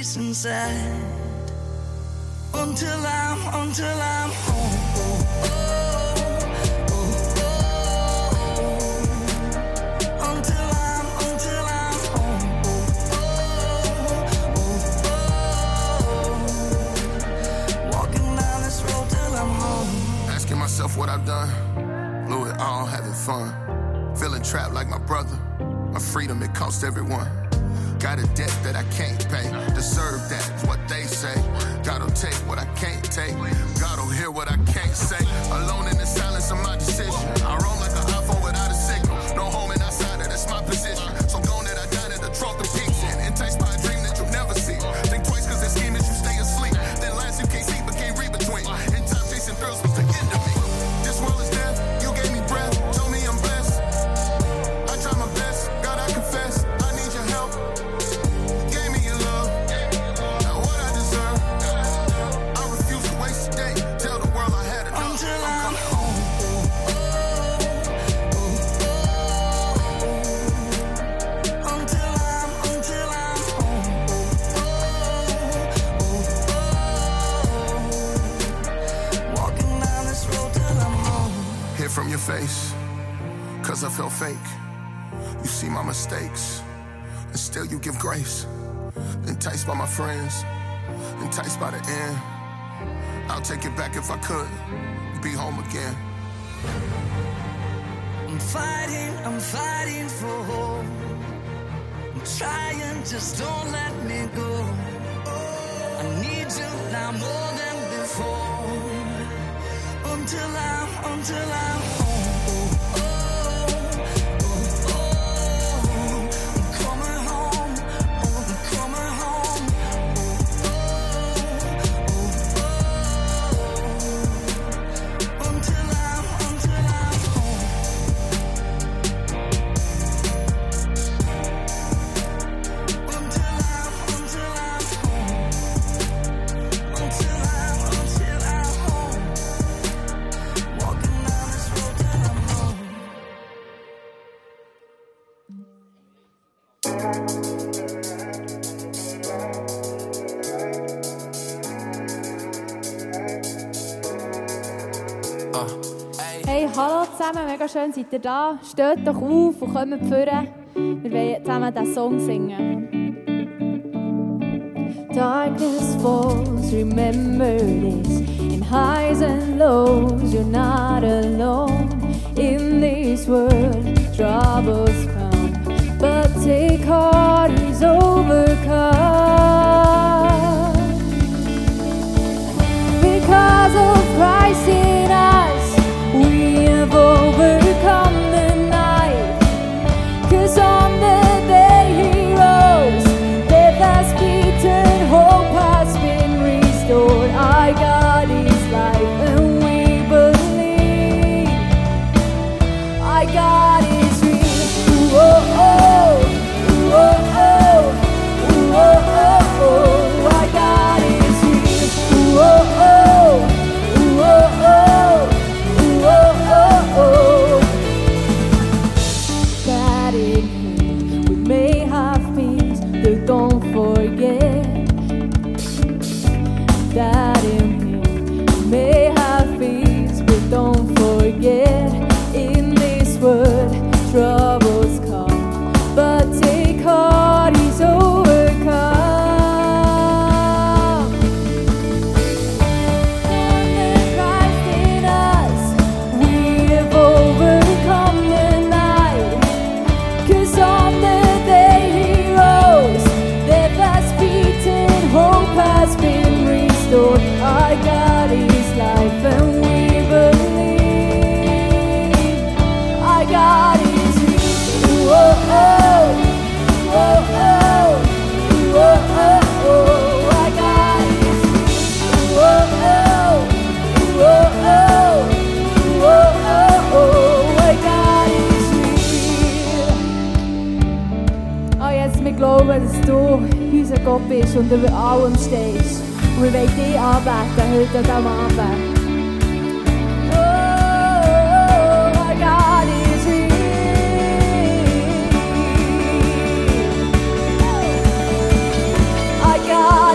peace inside. Until I'm home. Until I'm home. Walking down this road till I'm home. Asking myself what I've done. Blew it all, having fun. Feeling trapped like my brother. My freedom, it cost everyone. Got a debt that I can't pay. Deserve that, is what they say. God'll take what I can't take. God'll hear what I can't say. Alone in the silence of my decision. I roam like an iPhone without a signal. No home and outside, that's my position. So gone that I died in the trunk of peaks in. Enticed by a dream that you'll never see. Think twice cause that scheme is you stay asleep. Then lines you can't see but can't read between. In time chasing thrills was the end of me. This world is death, you gave me breath. Told me I'm blessed. I try my best, God I confess. I need your help. Gave me your love. Not what I deserve. I refuse to waste a day. Tell the world I had enough. Until I'm home. Until I'm home. Walking down this road till I'm home. Hear from your face, cause I felt fake. You see my mistakes, and still you give grace. Enticed by my friends, enticed by the end. I'll take it back if I could, be home again. I'm fighting for hope. I'm trying, just don't let me go. I need you now more than before. Until I'm home. I'm coming home. I'm coming home. Until I'm home. Walking down this road till I'm home. Hey, hallo zusammen, mega schön seid ihr da. Steht doch auf und kommt vorne. Wir wollen zusammen diesen Song singen. Darkness falls, remember this. In highs and lows, you're not alone. In this world, troubles come, but take heart, he's overcome. Because of Christ in us, we have overcome the night. 'Cause on the day he rose, death has beaten, hope has been restored. I got his life and we believe. I got his real. Oh oh, oh oh, oh oh, oh. I got his real. Oh oh, oh oh, oh oh. That in him we may have peace, but don't forget that in him we may have peace, but don't forget in this world troubles come, but take heart, he's overcome. Under Christ in us, we have overcome the night. 'Cause on the day he rose, death has beaten, hope has been restored. I got his life and we believe. I got his reason. Oh oh, oh oh, oh oh, oh. I got his reason. Oh oh, oh oh, oh oh, oh. I got his reason. Oh yes, wir glauben, dass du unser Gott bist und über allem stehst. Und wir wollen dich anbeten, heute an diesem Abend. Oh, I got his real. I got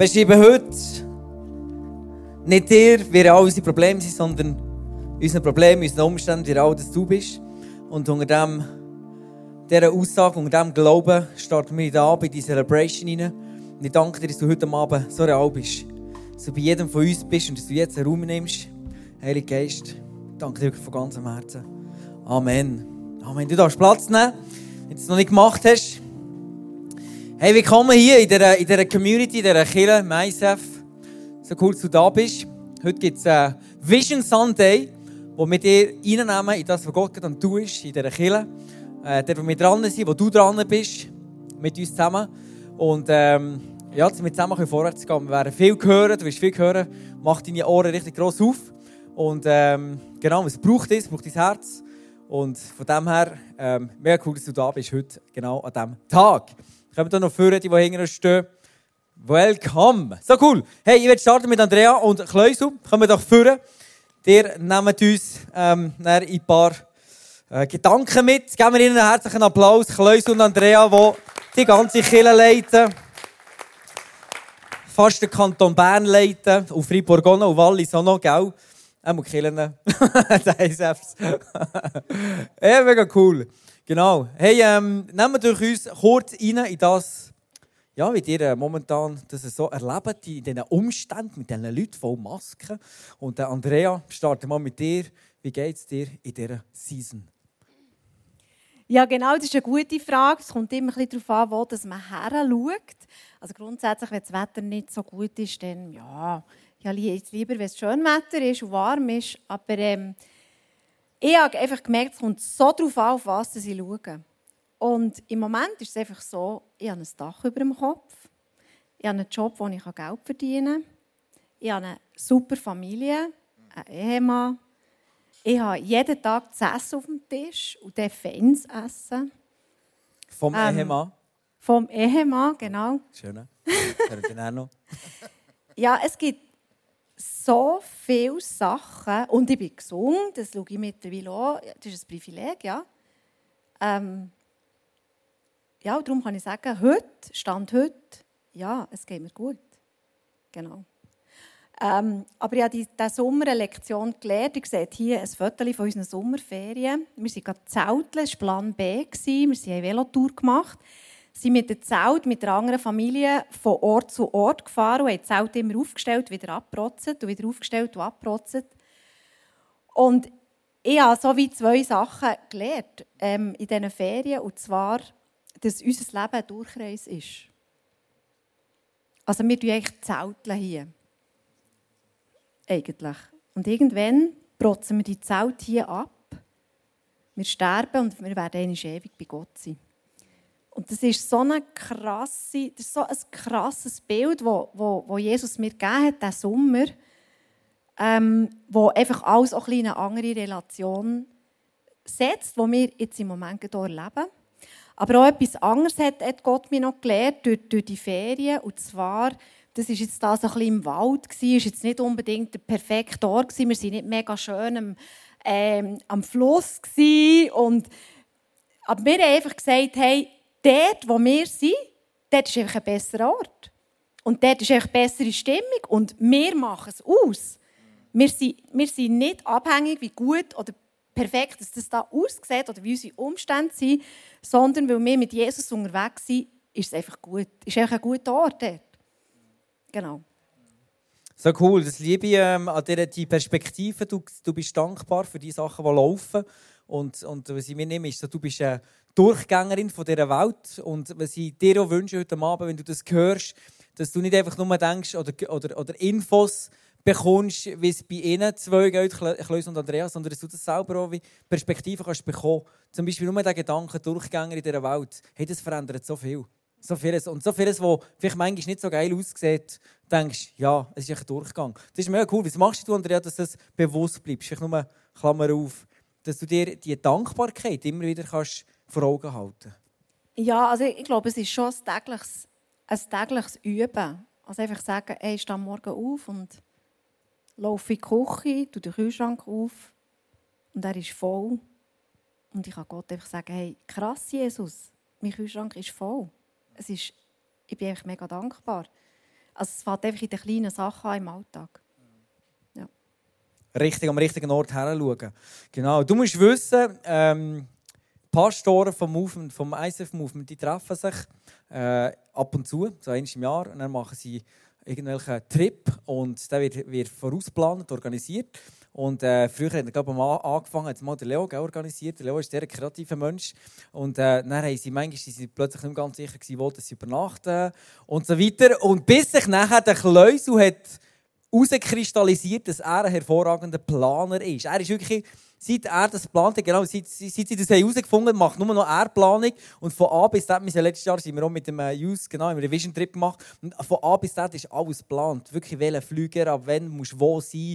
beschreiben heute nicht dir, wie all unsere Probleme sind, sondern unsere Probleme, unsere Umstände, wie all das du bist. Und unter dieser Aussage, unter diesem Glauben starten wir da bei dieser Celebration rein. Und ich danke dir, dass du heute Abend so real bist. Dass du bei jedem von uns bist und dass du jetzt einen Raum nimmst. Heiliger Geist, ich danke dir von ganzem Herzen. Amen. Amen. Du darfst Platz nehmen, wenn du es noch nicht gemacht hast. Hey, willkommen hier in dieser Community, in dieser Kirche, MySF. So cool, dass du da bist. Heute gibt es Vision Sunday, wo wir dir reinnehmen in das, was Gott gerade tut in dieser Kirche. Dort, wo wir dran sind, wo du dran bist, mit uns zusammen. Und ja, dass wir zusammen vorwärts gehen. Wir werden viel hören, du wirst viel hören. Mach deine Ohren richtig gross auf. Und genau, es braucht es, braucht dein Herz. Und von dem her, mega cool, dass du da bist heute, genau an diesem Tag. Kommen da noch vorne, die hinter uns stehen. Welcome! So cool. Hey, ich werde starten mit Andrea und Kleusel. Kommen doch vorne. Ihr nehmt uns ein paar Gedanken mit. Geben wir ihnen einen herzlichen Applaus. Kleusel und Andrea, die die ganze Kirche leiten. Fast den Kanton Bern leiten. Und Fribourg auch noch, und Wallis auch noch, gell? Einmal killen. ISFs. Ja, mega cool. Genau. Hey, nehmt euch uns kurz rein in das, ja, wie ihr momentan das so erlebt, in diesen Umständen, mit diesen Leuten voll Masken. Und Andrea, starten mal mit dir. Wie geht es dir in dieser Season? Ja, genau, das ist eine gute Frage. Es kommt immer ein bisschen darauf an, wo man her schaut. Also grundsätzlich, wenn das Wetter nicht so gut ist, dann ja lieber, wenn es schön Wetter ist und warm ist. Aber ich habe einfach gemerkt, es kommt so darauf an, auf was ich schaue. Und im Moment ist es einfach so, ich habe ein Dach über dem Kopf. Ich habe einen Job, wo ich Geld verdienen kann. Ich habe eine super Familie, einen Ehemann. Ich habe jeden Tag das Essen auf dem Tisch und darf feines Essen. Vom Ehemann? Vom Ehemann, genau. Schön. Hört noch. Ja, es gibt so viele Sachen. Und ich bin gesund, das schaue ich mittlerweile an. Das ist ein Privileg, ja. Ja, und darum kann ich sagen, Stand heute, ja, es geht mir gut. Genau. Aber ich habe diesen Sommer eine Lektion gelernt. Ihr seht hier ein Foto von unseren Sommerferien. Wir waren gerade zelteln, das war Plan B. Wir haben eine Velotour gemacht. Wir sind mit dem Zelt, mit einer anderen Familie von Ort zu Ort gefahren und haben das Zelt immer aufgestellt, wieder abgerotzt und wieder aufgestellt und abgerotzt. Und ich habe so wie 2 Sachen gelernt in diesen Ferien. Und zwar, dass unser Leben ein Durchreis ist. Also wir zelteln eigentlich zelteln hier. Eigentlich. Und irgendwann protzen wir die Zelte hier ab. Wir sterben und wir werden einmal ewig bei Gott sein. Und das ist so ein krasses Bild, das Jesus mir gegeben hat, diesen Sommer, wo einfach alles auch in eine andere Relation setzt, die wir jetzt im Moment hier erleben. Aber auch etwas anderes hat Gott mir noch gelehrt durch die Ferien. Und zwar, das war jetzt da so ein bisschen im Wald, war jetzt nicht unbedingt der perfekte Ort. Wir waren nicht mega schön am Fluss. Aber wir haben einfach gesagt, hey, dort, wo wir sind, dort ist einfach ein besserer Ort. Und dort ist einfach eine bessere Stimmung. Und wir machen es aus. Wir sind nicht abhängig, wie gut oder perfekt dass das da aussieht oder wie unsere Umstände sind, sondern weil wir mit Jesus unterwegs sind, ist es einfach gut. Ist einfach ein guter Ort dort. Genau. So cool, das liebe ich an die Perspektive. Du bist dankbar für die Sachen, die laufen. Und was ich mir nehme, ist, dass du bist eine Durchgängerin von dieser Welt. Und was ich dir auch wünsche heute Abend, wenn du das hörst, dass du nicht einfach nur denkst oder Infos bekommst, wie es bei ihnen 2 geht, Kleus und Andreas, sondern dass du das selber auch wie Perspektive kannst bekommen. Zum Beispiel nur der Gedanke, Durchgänger in dieser Welt, hey, das verändert so viel. So vieles. Und so vieles, was vielleicht manchmal nicht so geil aussieht, denkst ja, es ist ein Durchgang. Das ist mega cool. Was machst du, Andrea, dass du das bewusst bleibst? Vielleicht nur Klammer auf, dass du dir die Dankbarkeit immer wieder kannst vor Augen halten. Ja, also ich glaube, es ist schon ein tägliches Üben. Also einfach sagen, hey, ich stehe morgen auf und laufe in die Küche, tue den Kühlschrank auf und er ist voll. Und ich kann Gott einfach sagen, hey, krass, Jesus, mein Kühlschrank ist voll. Ich bin einfach mega dankbar. Also es fängt einfach in den kleinen Sachen an im Alltag. Ja. Richtig, am richtigen Ort hinschauen. Genau. Du musst wissen, Pastoren vom Movement, vom ICF Movement, die treffen sich ab und zu, so einmal im Jahr, und dann machen sie irgendwelchen Trip und der wird vorausgeplant, organisiert. Und früher hat er, glaube ich, mal angefangen, hat mal der Leo organisiert. Der Leo ist ein sehr kreativer Mensch. Und dann haben sie manchmal plötzlich nicht mehr ganz sicher gewesen, wo sie übernachten und so weiter. Und bis sich nachher der Kleusel hat herauskristallisiert, dass er ein hervorragender Planer ist. Er ist wirklich, seit er das plant, genau, seit sie das herausgefunden haben, macht nur noch er Planung. Und von A bis Z, letztes Jahr sind wir auch mit dem Youth, genau, haben wir einen Vision Trip gemacht. Und von A bis Z ist alles geplant. Wirklich, welcher Flüger, ab wann musst du wo sein,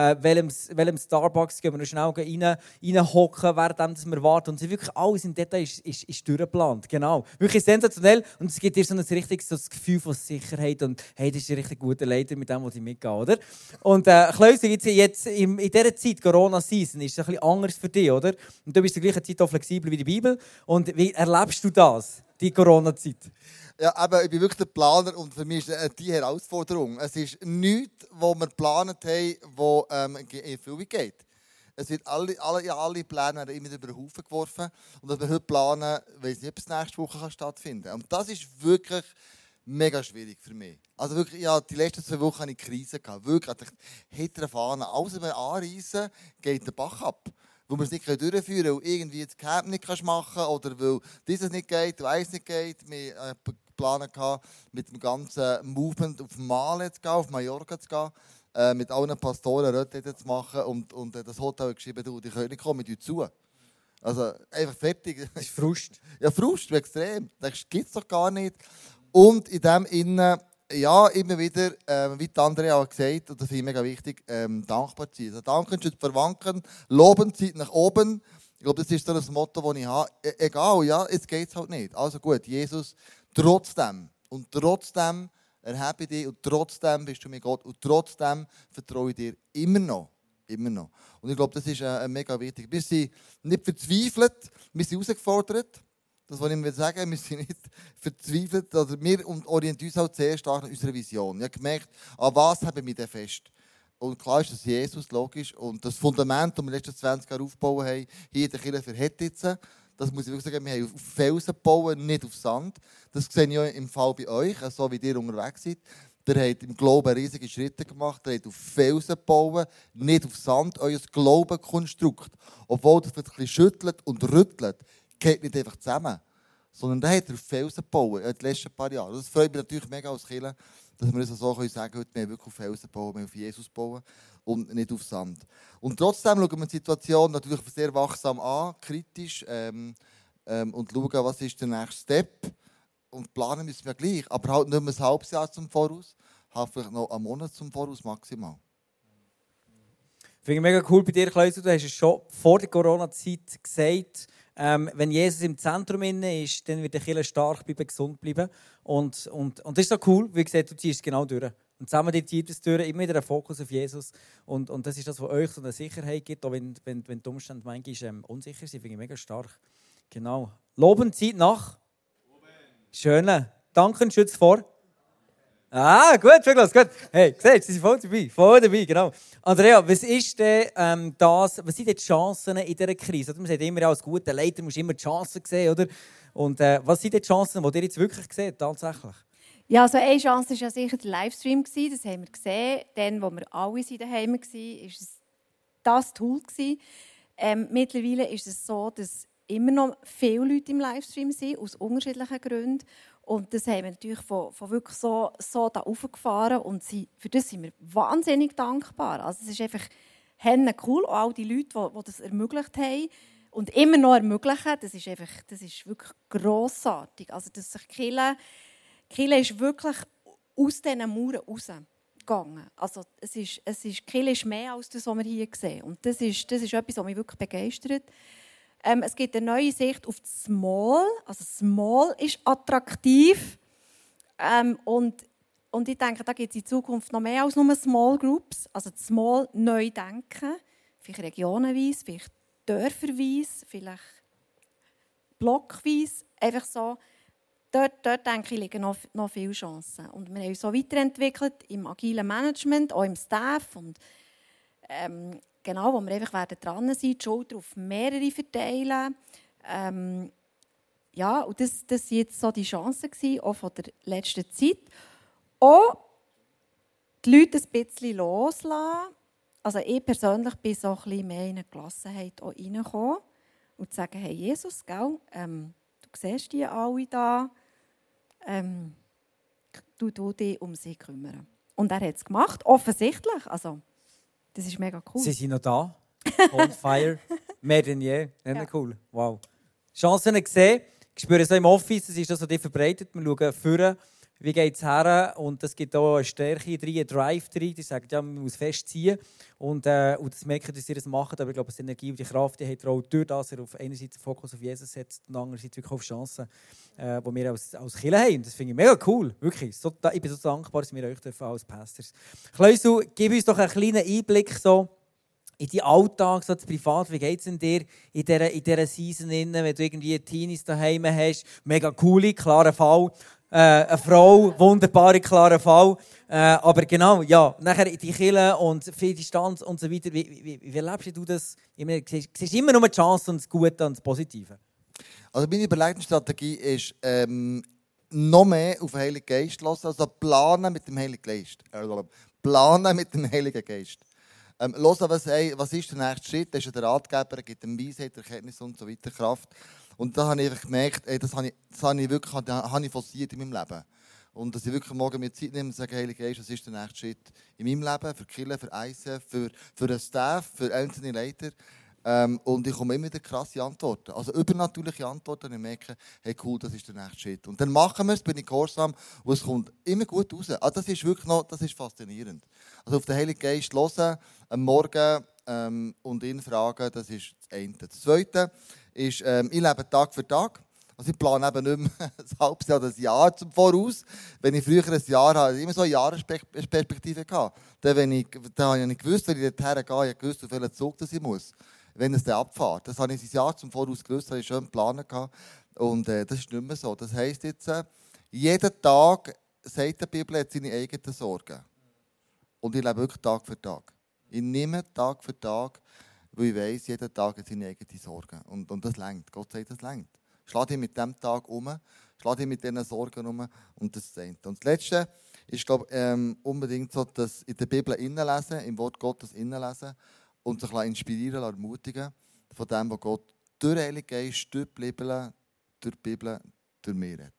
welchem Starbucks gehen wir noch schnell reinhocken, während wir warten. Und wirklich alles im Detail ist durchgeplant. Genau. Wirklich sensationell. Und es gibt dir so ein richtiges so das Gefühl von Sicherheit. Und hey, das ist ein richtig guter Leiter, mit dem, was ich mitgehe, oder? Und Kleusel, jetzt in dieser Zeit, Corona-Season, ist es ein bisschen anders für dich, oder? Und du bist zur gleichen Zeit auch flexibel wie die Bibel. Und wie erlebst du das, die Corona-Zeit? Ja, aber ich bin wirklich der Planer und für mich ist es die Herausforderung. Es ist nichts, was wir geplant haben, was in Erfüllung geht. Es wird alle Pläne immer über den Haufen geworfen. Und was wir heute planen, weiss nicht, ob es nächste Woche stattfinden kann. Und das ist wirklich mega schwierig für mich. Also wirklich, ja, die letzten 2 Wochen hatte ich Krise. Wirklich, ich dachte, hinter der Fahne, alles wir anreisen, geht der Bach ab. Wo wir es nicht durchführen können, weil irgendwie das Camp nicht machen kannst oder weil dieses nicht geht, weil eins nicht geht. Wir hatten geplant, mit dem ganzen Movement auf Male zu gehen, auf Mallorca zu gehen, mit allen Pastoren Retrette zu machen und das Hotel hat geschrieben, du, die können nicht kommen, mit uns zu. Also einfach fertig. Das ist Frust. Ja, Frust, extrem. Das gibt es doch gar nicht. Und in dem Innen, ja, immer wieder, wie die Andrea auch gesagt hat, und das finde ich mega wichtig, dankbar zu sein. Also, danken statt verwanken, loben zieht nach oben. Ich glaube, das ist so ein Motto, das ich habe. Egal, ja, jetzt geht es halt nicht. Also gut, Jesus, trotzdem. Und trotzdem erhebe ich dich und trotzdem bist du mir Gott und trotzdem vertraue ich dir immer noch. Immer noch. Und ich glaube, das ist mega wichtig. Wir sind nicht verzweifelt, wir sind herausgefordert. Das wollte ich sagen, wir sind nicht verzweifelt. Also wir orientieren uns halt sehr stark an unserer Vision. Ich habe gemerkt, an was haben wir denn fest? Und klar ist das Jesus, logisch. Und das Fundament, das wir in den letzten 20 Jahren aufgebaut haben, hier in der Kirche für Hettitzen, das muss ich wirklich sagen, wir haben auf Felsen gebaut, nicht auf Sand. Das sehe ich auch im Fall bei euch, so wie ihr unterwegs seid. Ihr habt im Glauben riesige Schritte gemacht, ihr habt auf Felsen gebaut, nicht auf Sand. Euer Glaubenkonstrukt, obwohl das ein bisschen schüttelt und rüttelt, geht nicht einfach zusammen, sondern der hat auf Felsen gebaut in den letzten paar Jahren. Das freut mich natürlich mega als Kirche, dass wir das so sagen können, wir haben wirklich auf Felsen gebaut, wir haben auf Jesus gebaut und nicht auf Sand. Und trotzdem schauen wir die Situation natürlich sehr wachsam an, kritisch und schauen, was ist der nächste Step. Und planen müssen wir gleich, aber halt nicht mehr ein halbes Jahr zum Voraus, halt vielleicht noch einen Monat zum Voraus maximal. Finde ich mega cool bei dir, Kleusel. Du hast es schon vor der Corona-Zeit gesagt, wenn Jesus im Zentrum ist, dann wird der Kirche stark bleiben, gesund bleiben. Und das ist so cool, wie gesagt, du ziehst es genau durch. Und zusammen zieht es durch, immer wieder ein Fokus auf Jesus. Und das ist das, was euch so eine Sicherheit gibt, auch wenn die Umstände manchmal unsicher sind. Finde ich mega stark. Genau. Loben zieht nach. Schön. Danken schützt vor. Ah, gut, gut. Hey, siehst du, sie sind voll dabei, genau. Andrea, was ist denn was sind denn die Chancen in dieser Krise? Man sagt immer, als guter Leiter musst du immer die Chancen sehen, oder? Und was sind denn die Chancen, die ihr jetzt wirklich seht, tatsächlich? Ja, also eine Chance war ja sicher der Livestream. Das haben wir gesehen. Dann, wo wir alle daheim waren, war es das Tool. Mittlerweile ist es so, dass immer noch viele Leute im Livestream sind, aus unterschiedlichen Gründen. Und das haben wir natürlich von wirklich so da raufgefahren. Und für das sind wir wahnsinnig dankbar. Also es ist einfach cool, auch all die Leute, die das ermöglicht haben und immer noch ermöglichen. Das ist wirklich grossartig. Also dass sich Kirche ist wirklich aus diesen Mauern rausgegangen. Also Kirche ist mehr als das, was wir hier sehen. Und das ist etwas, was mich wirklich begeistert. Es gibt eine neue Sicht auf das Small. Also Small ist attraktiv. Und ich denke, da gibt es in Zukunft noch mehr als nur Small Groups. Also das Small neu denken. Vielleicht regionenweise, vielleicht dörferweise, vielleicht blockweise. Einfach so dort denke ich, liegen noch viele Chancen. Und wir haben uns so weiterentwickelt im agilen Management, auch im Staff. Und, genau, wo wir einfach dran sein werden, die Schulter auf mehrere verteilen. Ja, und das waren jetzt so die Chancen gewesen, auch von der letzten Zeit. Auch die Leute ein bisschen loslassen. Also ich persönlich bin so ein bisschen mehr in eine Gelassenheit auch reingekommen. Und zu sagen, hey Jesus, gell, du siehst die alle da, du dich um sie kümmern. Und er hat es gemacht, offensichtlich. Also, das ist mega cool. Sie sind noch da. On fire. Mehr denn je. Ja. Cool. Wow. Chancen gesehen. Ich spüre es auch im Office, es ist das, was dir verbreitet. Wir schauen vorne, wie geht es her. Und es gibt auch eine Stärke drin, einen Drive drin. Die sagen, ja, man muss festziehen. Und das merken, dass sie das machen. Aber ich glaube, die Energie und die Kraft, die hat er auch durch das, er auf einerseits den Fokus auf Jesus setzt und andererseits wirklich auf Chancen, die wir als Kirche haben. Das finde ich mega cool. Wirklich. So, ich bin so dankbar, dass wir euch dürfen als Pastors. Kleusel, gib uns doch einen kleinen Einblick so in deinen Alltag, so privat. Wie geht es dir in dieser Season, wenn du irgendwie Teenies daheim hast? Mega coole, klarer Fall. Eine Frau, wunderbare, klarer Fall. Aber genau, ja, nachher die Kirche und viel Distanz und so weiter. Wie erlebst du das? Du siehst immer nur die Chance und das Gute und das Positive. Also meine Überlegungsstrategie ist, noch mehr auf den Heiligen Geist hören, also planen mit dem Heiligen Geist. Planen mit dem Heiligen Geist. Hören, was ist der nächste Schritt? Das ist der Ratgeber, er gibt ihm Weisheit, Erkenntnis und so weiter, Kraft. Und da habe ich einfach gemerkt, das habe ich forciert in meinem Leben. Und dass ich wirklich morgen mir Zeit nehme und sage, Heiliger Geist, was ist der nächste Schritt in meinem Leben, für die Kirche, für ICF, für den Staff, für einzelne Leiter. Und ich komme immer wieder krasse Antworten, also übernatürliche Antworten. Und ich merke, hey cool, das ist der nächste Schritt. Und dann machen wir es, bin ich gehorsam und es kommt immer gut raus. Also das ist wirklich noch, das ist faszinierend. Also auf den Heiligen Geist hören, am Morgen und ihn fragen, das ist das eine. Das Zweite ist, ich lebe Tag für Tag. Also ich plane eben nicht mehr ein halbes Jahr oder ein Jahr zum Voraus. Wenn ich früher ein Jahr hatte, immer so eine Jahresperspektive gehabt. Dann habe ich nicht gewusst, wenn ich dorthin gehe, ich gewusst, auf welchen Zug das ich muss. Wenn es dann abfährt. Das habe ich ein Jahr zum Voraus gewusst, habe ich schon geplant gehabt. Und das ist nicht mehr so. Das heisst jetzt, jeden Tag, sagt die Bibel, hat seine eigenen Sorgen. Und ich lebe wirklich Tag für Tag. Ich nehme Tag für Tag, weil ich weiss, jeden Tag hat seine eigenen Sorgen. Und das reicht. Gott sagt, das reicht. Schlag dich mit diesem Tag um, schlag dich mit diesen Sorgen um und das zählt. Und das Letzte ist, glaube ich, unbedingt so, dass in der Bibel innenlesen, im Wort Gottes innenlesen und sich inspirieren, ermutigen von dem, was Gott durch den Heiligen Geist, durch die Bibel, durch mich redet.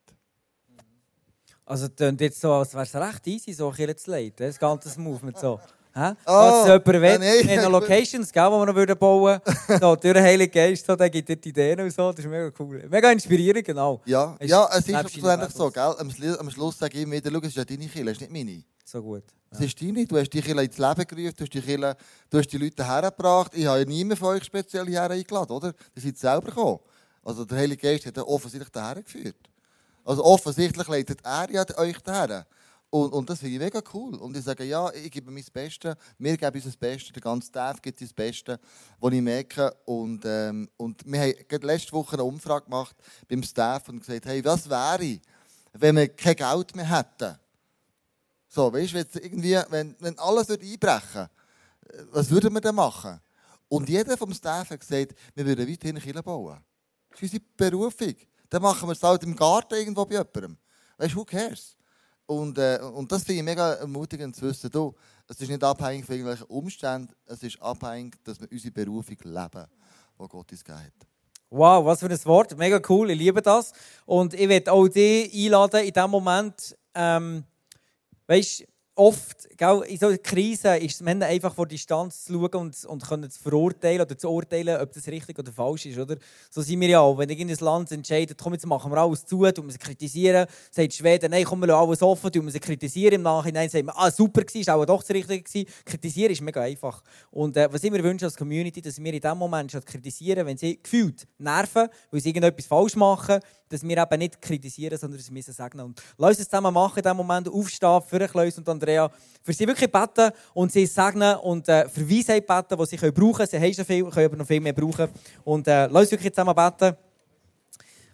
Also es klingt jetzt so, als wäre es recht easy, so ein zu leiten, das ganze Movement so. Falls jemand will, wir haben noch Locations, die wir noch bauen würden. So, durch den Heiligen Geist, so, der gibt dir die Ideen und so. Das ist mega cool. Mega inspirierend, genau. Ja, es ist schlussendlich so. Gell? Am Schluss sage ich immer wieder, schau, es ist ja deine Kirche, es ist nicht meine. So gut. Es ist deine. Du hast die Kirche ins Leben gerufen, du hast die Leute hergebracht. Ich habe ja niemanden von euch speziell hierher eingeladen, oder? Die sind selber gekommen. Also der Heilige Geist hat offensichtlich daher geführt. Also offensichtlich leitet er ja euch daher. Und das finde ich mega cool. Und ich sage, ja, ich gebe mein Bestes, wir geben uns das Beste, der ganze Staff gibt das Beste, was ich merke. Und wir haben gerade letzte Woche eine Umfrage gemacht beim Staff und gesagt, hey, was wäre, wenn wir kein Geld mehr hätten? So, weißt du, wenn alles einbrechen würde, was würden wir denn machen? Und jeder vom Staff hat gesagt, wir würden weiterhin eine Kirche bauen. Das ist unsere Berufung. Dann machen wir es halt im Garten irgendwo bei jemandem. Weißt du, who cares? Und das finde ich mega ermutigend zu wissen, es ist nicht abhängig von irgendwelchen Umständen, es ist abhängig, dass wir unsere Berufung leben, die Gott uns gegeben hat. Wow, was für ein Wort, mega cool, ich liebe das. Und ich werde auch dich einladen, in diesem Moment, weißt, oft, gell, in solchen Krisen ist es Männer einfach vor Distanz zu schauen und können zu verurteilen oder zu urteilen, ob das richtig oder falsch ist. Oder? So sind wir ja auch. Wenn irgendein Land entscheidet, komm, jetzt machen wir alles zu, tun wir sie kritisieren, sagt Schweden, nein, komm, wir lassen alles offen, tun wir sie kritisieren. Im Nachhinein sagen wir, super war, auch doch das Richtige gewesen. Kritisieren ist mega einfach. Und was ich mir wünsche als Community, dass wir in dem Moment schon kritisieren, wenn sie gefühlt nerven, weil sie irgendetwas falsch machen, dass wir eben nicht kritisieren, sondern dass wir sie segnen. Und lass uns zusammen machen, in diesem Moment aufstehen für Kleus und Andrea, für sie wirklich beten und sie segnen und für Weisheit beten, die sie brauchen können. Sie haben schon viel, können aber noch viel mehr brauchen. Und lass uns wirklich zusammen beten.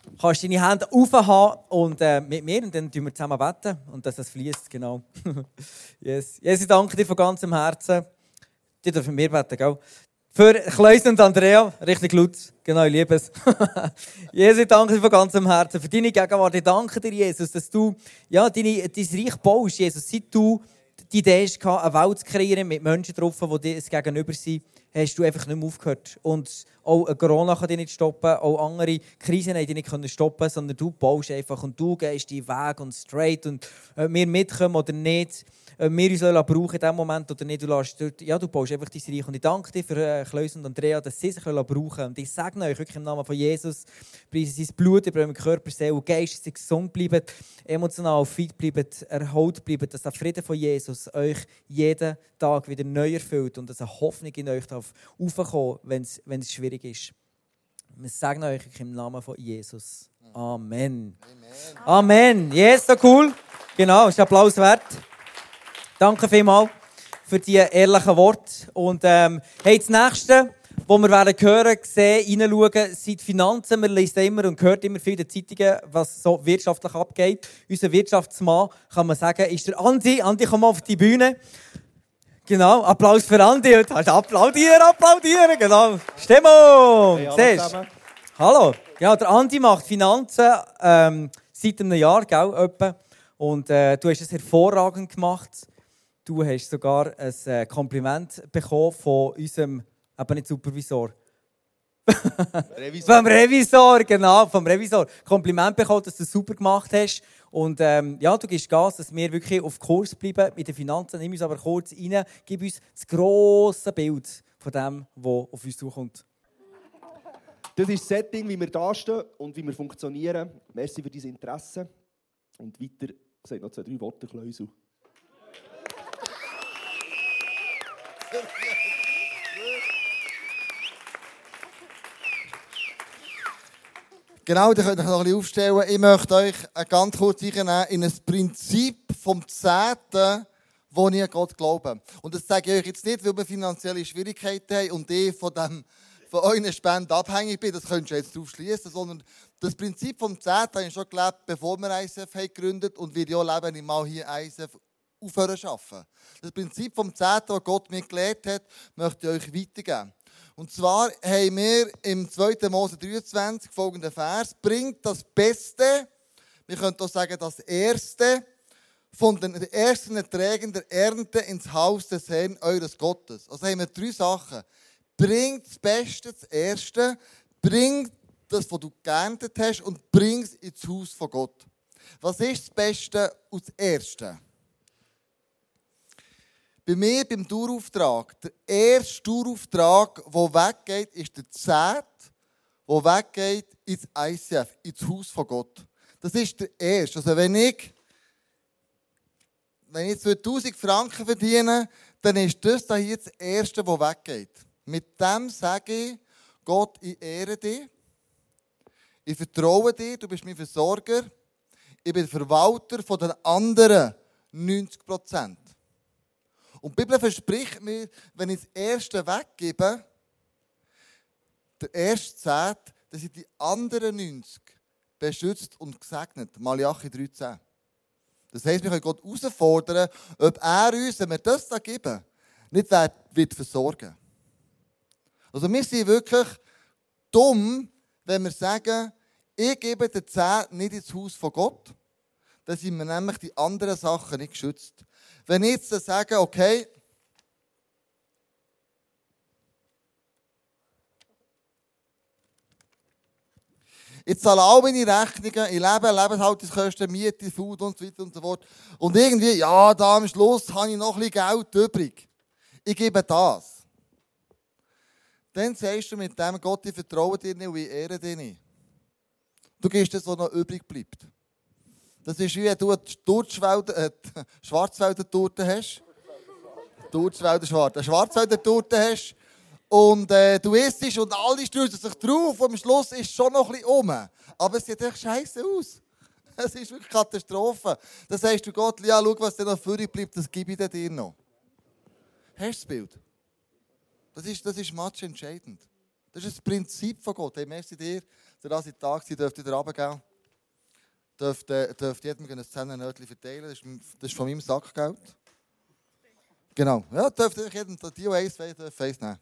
kannst deine Hände aufhaben und mit mir und dann beten wir zusammen beten und dass das fließt, genau. Yes. Jesus, ich danke dir von ganzem Herzen. Die dürfen mit mir beten, gell? Für Kleus und Andrea, richtig laut, genau, ich liebe es. Jesus, ich danke dir von ganzem Herzen für deine Gegenwart. Ich danke dir, Jesus, dass du dein Reich baust, Jesus. Seit du die Idee hast, eine Welt zu kreieren mit Menschen drauf, die dir gegenüber sind, hast du einfach nicht mehr aufgehört. Und auch Corona kann dich nicht stoppen, auch andere Krisen haben dich nicht stoppen, sondern du baust einfach und du gehst deinen Weg und straight. Und ob wir mitkommen oder nicht, ob wir uns brauchen in diesem Moment oder nicht, du baust einfach dein Reich. Und ich danke dir für Kleus und Andrea, dass sie sich brauchen können. Und ich segne euch wirklich im Namen von Jesus, preise sein Blut über eurem Körper, Seele und Geist, dass ihr gesund bleibt, emotional fit bleibt, erholt bleibt, dass der Frieden von Jesus euch jeden Tag wieder neu erfüllt und dass eine Hoffnung in euch aufkommen, wenn es schwierig ist. Wir segnen euch im Namen von Jesus. Amen. Amen. Yes, so cool. Genau, ist Applaus wert. Danke vielmals für die ehrlichen Worte. Und hey, das Nächste, was wir werden hören, sehen, hineinschauen, sind die Finanzen. Wir lesen immer und hören immer viel in den Zeitungen, was so wirtschaftlich abgeht. Unser Wirtschaftsmann, kann man sagen, ist der Andi. Andi, komm mal auf die Bühne. Genau, Applaus für Andi. Applaudieren, genau. Stimmung! Hey, siehst du? Hallo. Ja, der Andi macht Finanzen seit einem Jahr, gell, etwa. Und du hast es hervorragend gemacht. Du hast sogar ein Kompliment bekommen von unserem, aber nicht Supervisor. Vom Revisor, genau, vom Revisor. Kompliment bekommen, dass du es super gemacht hast. Und du gibst Gas, dass wir wirklich auf Kurs bleiben mit den Finanzen. Nimm uns aber kurz rein, gib uns das grosse Bild von dem, was auf uns zukommt. Das ist das Setting, wie wir da stehen und wie wir funktionieren. Merci für dein Interesse. Und weiter, ich sage noch 2-3 Worte, Kleusel. Genau, ihr könnt euch noch ein bisschen aufstellen. Ich möchte euch ganz kurz reinnehmen in ein Prinzip vom Zehnten, wo ich an Gott glaube. Und das sage ich euch jetzt nicht, weil wir finanzielle Schwierigkeiten haben und ich von euren Spenden abhängig bin. Das könnt ihr jetzt drauf schließen. Sondern das Prinzip vom Zehnten habe ich schon gelebt, bevor wir ISF gegründet haben und wir ja leben, ich mal hier ISF aufhören zu arbeiten. Das Prinzip vom Zehnten, das Gott mir gelehrt hat, möchte ich euch weitergeben. Und zwar haben wir im 2. Mose 23 folgenden Vers: Bringt das Beste, wir können auch sagen das Erste, von den ersten Erträgen der Ernte ins Haus des Herrn eures Gottes. Also haben wir 3 Sachen. Bringt das Beste, das Erste, bringt das, was du geerntet hast, und bring es ins Haus von Gott. Was ist das Beste und das Erste? Bei mir beim Dauerauftrag, der erste Dauerauftrag, der weggeht, ist der 10., der weggeht ins ICF, ins Haus von Gott. Das ist der erste. Also wenn ich 2000 Franken verdiene, dann ist das hier das Erste, das weggeht. Mit dem sage ich, Gott, ich ehre dich, ich vertraue dir, du bist mein Versorger, ich bin Verwalter von den anderen 90%. Und die Bibel verspricht mir, wenn ich das Erste weggebe, der erste 10, dass ich die anderen 90 beschützt und gesegnet. Malachi 3,10. Das heisst, wir können Gott herausfordern, ob er uns, wenn wir das da geben, nicht wird versorgen. Also wir sind wirklich dumm, wenn wir sagen, ich gebe den 10 nicht ins Haus von Gott, dann sind wir nämlich die anderen Sachen nicht geschützt. Wenn ich jetzt sage, okay, ich zahle all meine Rechnungen, ich lebe Lebenshaltungskosten, Miete, Food und so weiter und so fort. Und irgendwie, ja, da am Schluss habe ich noch ein bisschen Geld übrig. Ich gebe das. Dann sagst du mit dem, Gott, ich vertraue dir nicht und ich ehre dich nicht. Du gibst das, was noch übrig bleibt. Das ist wie wenn du eine Schwarzwälder-Torte hast. Eine Schwarzwälder-Torte hast. Und du isst und alle streusen sich drauf und am Schluss ist es schon noch ein bisschen rum. Aber es sieht echt scheiße aus. Es ist wirklich Katastrophe. Dann sagst du Gott, ja, schau, was dir noch übrig bleibt, das gebe ich dir noch. Hast du das Bild? Das ist matchentscheidend. Das ist das Prinzip von Gott. Hey, merci dir, dass ihr da seid, dürft ihr runtergehen. Dürft jedem ein 10 verteilen. Das ist von meinem Sackgeld. Genau. Ja, dürft ihr jedem, die eins nehmen.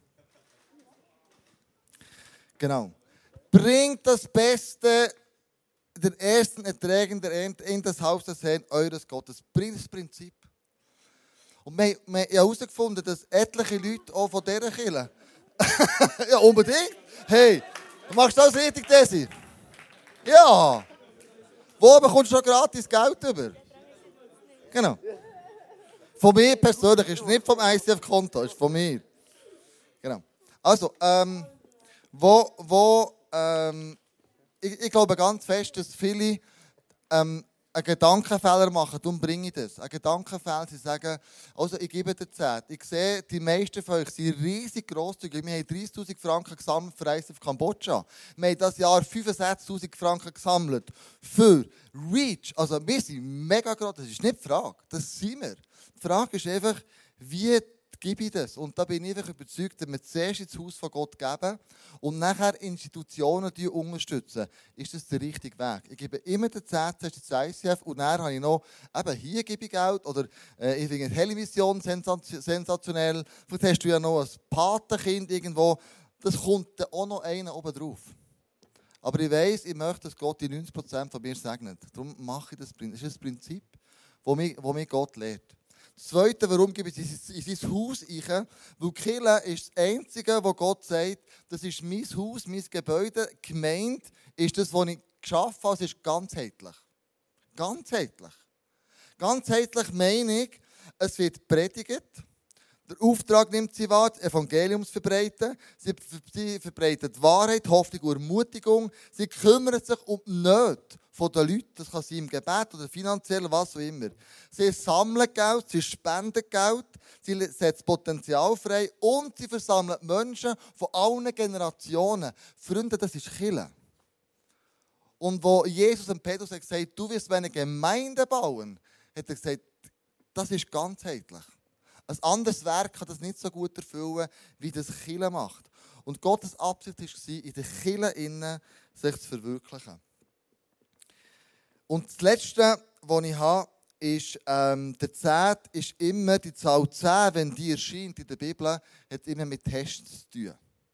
Genau. Bringt das Beste der ersten Erträgen der Ernte in das Haus des Herrn, eures Gottes. Bringt das Prinzip. Und wir haben herausgefunden, dass etliche Leute auch von dieser Kirche ja, unbedingt. Hey, machst du das richtig, Desi? Ja. Wo bekommst du schon gratis Geld über? Genau. Von mir persönlich, ist nicht vom ICF-Konto, ist von mir. Genau. Also, ich glaube ganz fest, dass viele einen Gedankenfehler machen. Darum bringe ich das. Ein Gedankenfehler, sie sagen, also ich gebe dir 10. Ich sehe, die meisten von euch sind riesig grosszügig. Wir haben 30'000 Franken gesammelt für ICF Kambodscha. Wir haben dieses Jahr 65'000 Franken gesammelt für Reach. Also wir sind mega groß. Das ist nicht die Frage. Das sind wir. Die Frage ist einfach, wie gebe ich das? Und da bin ich einfach überzeugt, dass wir zuerst ins Haus von Gott geben und nachher Institutionen die unterstützen. Ist das der richtige Weg? Ich gebe immer den 10. ins ICF und dann habe ich noch, eben hier gebe ich Geld oder ich finde eine helle Mission sensationell. Vielleicht hast du ja noch ein Patenkind irgendwo. Das kommt dann auch noch einer oben drauf. Aber ich weiss, ich möchte, dass Gott die 90% von mir segnet. Darum mache ich das. Das ist das Prinzip, das mich Gott lehrt. Das Zweite, warum gebe ich es in sein Haus rein? Weil die Kirche ist das Einzige, wo Gott sagt, das ist mein Haus, mein Gebäude. Gemeint ist das, was ich geschaffen habe, es ist ganzheitlich. Ganzheitlich. Ganzheitlich meine ich, es wird predigt. Der Auftrag nimmt sie wahr, das Evangelium zu verbreiten. Sie verbreitet Wahrheit, Hoffnung und Ermutigung. Sie kümmern sich um die Nöte der Leute. Das kann sein im Gebet oder finanziell, was auch immer. Sie sammeln Geld, sie spenden Geld, sie setzen Potenzial frei und sie versammeln Menschen von allen Generationen. Freunde, das ist Kirche. Und wo Jesus und Petrus hat gesagt, du wirst eine Gemeinde bauen, hat er gesagt, das ist ganzheitlich. Ein anderes Werk kann das nicht so gut erfüllen, wie das Kirche macht. Und Gottes Absicht war, in der Kirche sich zu verwirklichen. Und das Letzte, was ich habe, ist, der 10 ist immer, die Zahl 10, wenn die erscheint in der Bibel, hat immer mit Tests zu tun.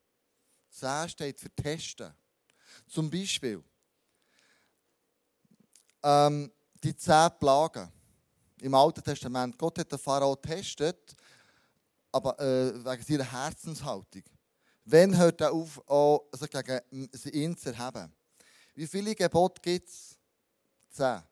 10 steht für Testen. Zum Beispiel die 10 Plagen. Im Alten Testament. Gott hat den Pharao getestet, aber wegen seiner Herzenshaltung. Wann hört er auf, also gegen ihn zu erheben? Wie viele Gebote gibt es? 10.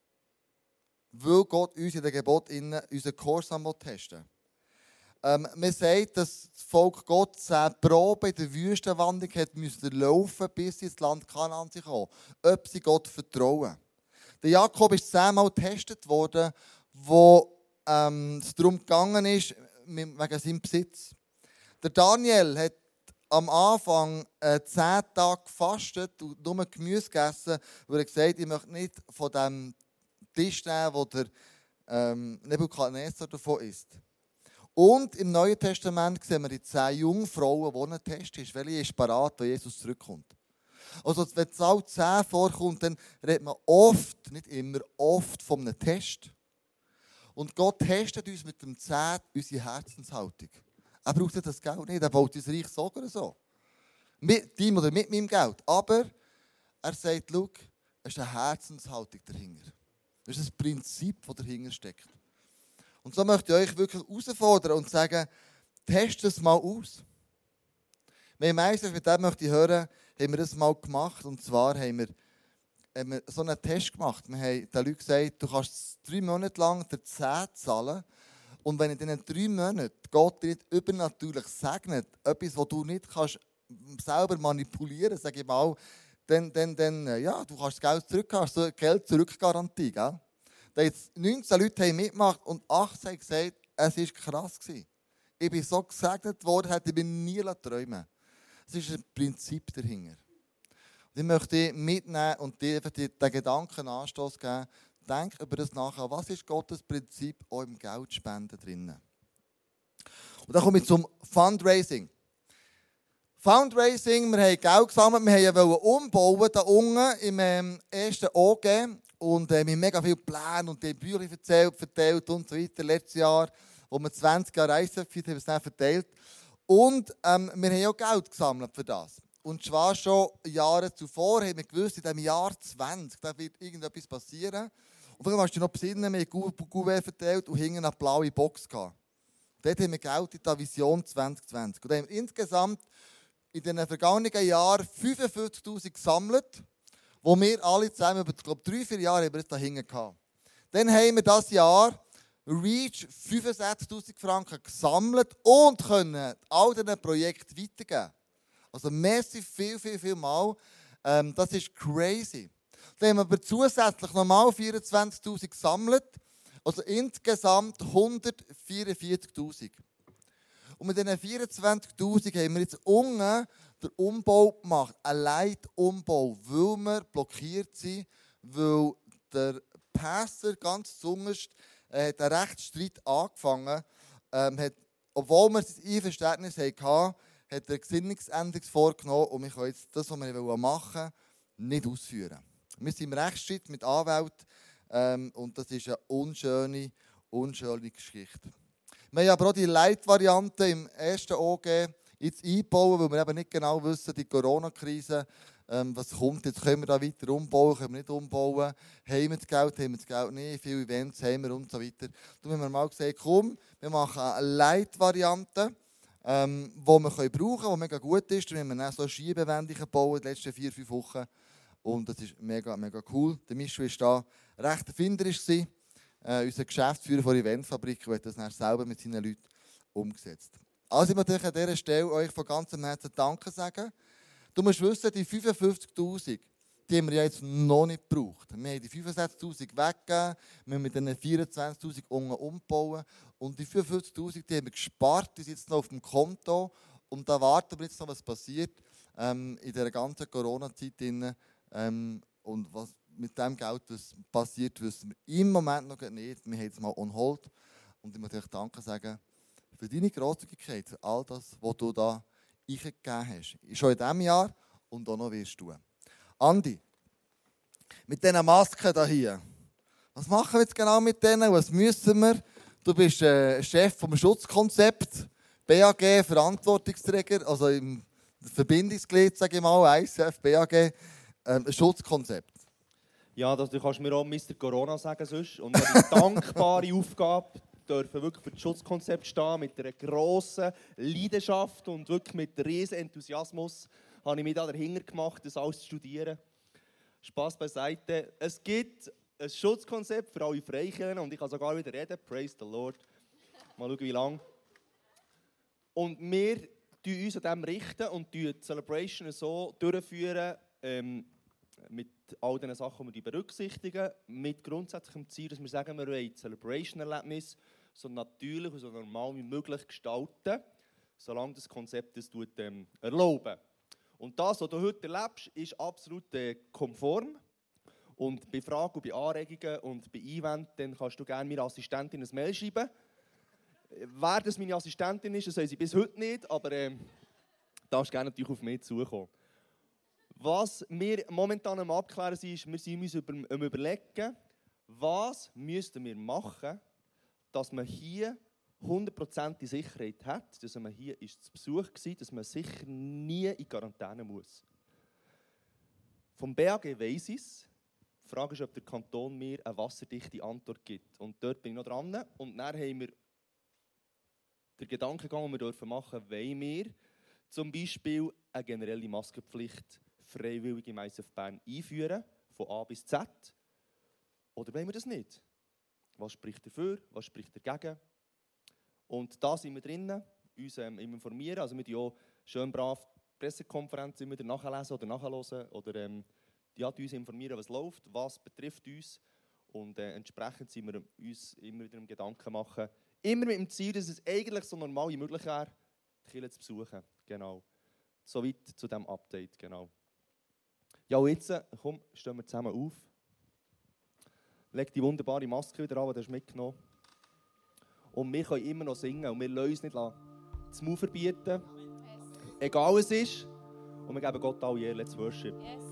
Weil Gott uns in den Geboten unseren Gehorsam testen will. Man sagt, dass das Volk Gott 10 Proben in der Wüstenwanderung hat müssen laufen, bis sie ins Land Kanaan kommen, ob sie Gott vertrauen. Der Jakob ist 10-mal getestet worden, wo es darum gegangen ist, wegen seinem Besitz. Der Daniel hat am Anfang 10 Tage gefastet und nur Gemüse gegessen, weil er gesagt hat, ich möchte nicht von dem Tisch nehmen, wo der Nebukadnezar davon isst. Und im Neuen Testament sehen wir die 10 Jungfrauen, die ein Test ist. Welche ist parat, wenn Jesus zurückkommt? Also wenn die Zahl 10 vorkommt, dann redet man oft, nicht immer, oft von einem Test. Und Gott testet uns mit dem 10 unsere Herzenshaltung. Er braucht das Geld nicht, er baut unser Reich so oder so. Mit ihm oder mit meinem Geld. Aber er sagt, schau, es ist eine Herzenshaltung dahinter. Das ist das Prinzip, das dahinter steckt. Und so möchte ich euch wirklich herausfordern und sagen, testet es mal aus. Wenn meistens mit dem möchte ich hören, haben wir das mal gemacht. Und zwar haben wir so einen Test gemacht. Wir haben den Leuten gesagt, du kannst 3 Monate lang der 10 zahlen. Und wenn in diesen 3 Monaten Gott dir nicht übernatürlich segnet, etwas, was du nicht kannst selber manipulieren, sage ich mal, dann ja, du kannst das Geld zurückhaben, so eine Geld-Zurück-Garantie. Da jetzt 19 Leute haben mitgemacht und 18 haben gesagt, es war krass. Ich bin so gesegnet worden, hätte ich mir nie träumen. Es ist ein Prinzip dahinter. Und ich möchte mitnehmen und dir den Gedanken Anstoß geben. Denk über das nach. Was ist Gottes Prinzip auch im Geldspenden drin? Und dann komme ich zum Fundraising. Fundraising, wir haben Geld gesammelt, wir wollten umbauen, da unten im ersten OG. Und wir haben mega viele Pläne und die Bücher verteilt und so weiter. Letztes Jahr, wo wir 20 Jahre ISF haben wir es dann verteilt. Und wir haben auch Geld gesammelt für das. Und zwar schon Jahre zuvor haben wir gewusst, in diesem Jahr 20, da wird irgendetwas passieren. Und dann hast du noch besinnen, wir haben Gouverne verteilt und hinten eine blaue Box gehabt. Dort haben wir Geld in der Vision 2020. Und dann haben wir insgesamt in den vergangenen Jahren 55'000 gesammelt, wo wir alle zusammen über, glaube 3-4 Jahre haben wir da hinten gehabt. Dann haben wir dieses Jahr Reach 65'000 Franken gesammelt und können all diesen Projekten weitergeben. Also massiv viel Mal. Das ist crazy. Dann haben wir aber zusätzlich nochmal 24'000 gesammelt. Also insgesamt 144'000. Und mit diesen 24'000 haben wir jetzt unten den Umbau gemacht. Ein Leitumbau, weil wir blockiert sind, weil der Pastor ganz zuunterst einen Rechtsstreit angefangen hat. Obwohl wir das Einverständnis hatten, hat er eine Gesinnungsänderung vorgenommen und wir können jetzt das, was wir machen wollen, nicht ausführen. Wir sind im Rechtsstreit mit Anwälten und das ist eine unschöne Geschichte. Wir haben aber auch die Leitvariante im ersten OG jetzt einbauen, weil wir eben nicht genau wissen, die Corona-Krise, was kommt. Jetzt können wir da weiter umbauen, können wir nicht umbauen. Haben wir das Geld nicht, viele Events haben wir und so weiter. Dann haben wir mal gesagt, komm, wir machen eine Leitvariante, die wir brauchen können, die mega gut ist. Dann haben wir dann so Schiebewände gebaut in den letzten 4-5 Wochen. Und das ist mega cool. Der Michel war da recht erfinderisch. Unser Geschäftsführer von der Eventfabrik hat das dann selber mit seinen Leuten umgesetzt. Also ich möchte euch an dieser Stelle euch von ganzem Herzen Danke sagen. Du musst wissen, die 55'000, die haben wir ja jetzt noch nicht gebraucht. Wir haben die 65'000 weggegeben, wir haben mit diesen 24'000 unten umgebaut und die 55'000, die haben wir gespart, die sind jetzt noch auf dem Konto und da warten wir jetzt noch, was passiert in dieser ganzen Corona-Zeit. Und was mit dem Geld passiert, wissen wir im Moment noch nicht. Wir haben es mal on hold. Und ich möchte euch Danke sagen für deine Grosszügigkeit, für all das, was du da eingegeben hast. Schon in diesem Jahr und auch noch wirst du. Andi, mit diesen Masken hier. Was machen wir jetzt genau mit denen? Was müssen wir? Du bist Chef vom Schutzkonzept, BAG, Verantwortungsträger, also im Verbindungsglied, sage ich mal, ISF, BAG, Schutzkonzept. Ja, du kannst mir auch Mr. Corona sagen sonst. Und eine dankbare Aufgabe, dürfen wirklich für das Schutzkonzept stehen, mit einer grossen Leidenschaft und wirklich mit riesen Enthusiasmus habe ich mich da dahinter gemacht, das alles zu studieren. Spass beiseite. Es gibt ein Schutzkonzept für alle Freikirchen und ich kann sogar wieder reden. Praise the Lord. Mal schauen, wie lange. Und wir richten uns an dem richten und die Celebration so durchführen, mit all den Sachen, die wir berücksichtigen, mit grundsätzlichem Ziel, dass wir sagen, wir wollen das Celebration-Erlebnis so natürlich und so normal wie möglich gestalten, solange das Konzept das erlaubt. Und das, was du heute erlebst, ist absolut konform. Und bei Fragen und bei Anregungen und bei Einwänden, dann kannst du gerne meiner Assistentin ein Mail schreiben. Wer das meine Assistentin ist, das soll sie bis heute nicht, aber darfst gerne natürlich auf mich zukommen. Was wir momentan am Abklären sind, ist, wir sind uns überlegen, was müssten wir machen, dass man hier 100% Sicherheit hat, dass man hier ist zu Besuch war, dass man sicher nie in Quarantäne muss. Vom BAG weiss ich es. Die Frage ist, ob der Kanton mir eine wasserdichte Antwort gibt. Und dort bin ich noch dran. Und dann haben wir den Gedankengang, den wir machen dürfen, wollen wir zum Beispiel eine generelle Maskenpflicht freiwillig im ISF Bern einführen, von A bis Z? Oder wollen wir das nicht? Was spricht dafür, was spricht dagegen? Und da sind wir drinnen, uns informieren. Also wir auch schön brav Pressekonferenzen immer nachlesen oder nachhören oder uns informieren, was läuft, was betrifft uns. Und entsprechend sind wir uns immer wieder im Gedanken machen, immer mit dem Ziel, dass es eigentlich so normal wie möglich wäre, die Kirche zu besuchen. Genau. Soweit zu diesem Update. Genau. Ja, und jetzt, komm, stehen wir zusammen auf. Leg die wunderbare Maske wieder an, die du hast mitgenommen hast. Und wir können immer noch singen und wir lassen uns nicht das Mund verbieten. egal was es ist. Und wir geben Gott alle Ehre. Let's worship. Yes.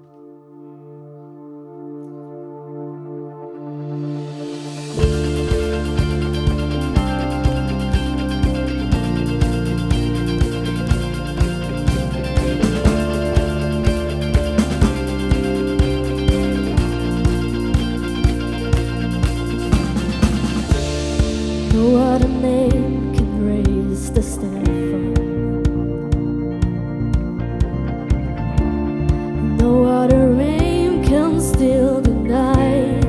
No other name can raise the stand. No other rain can still the night.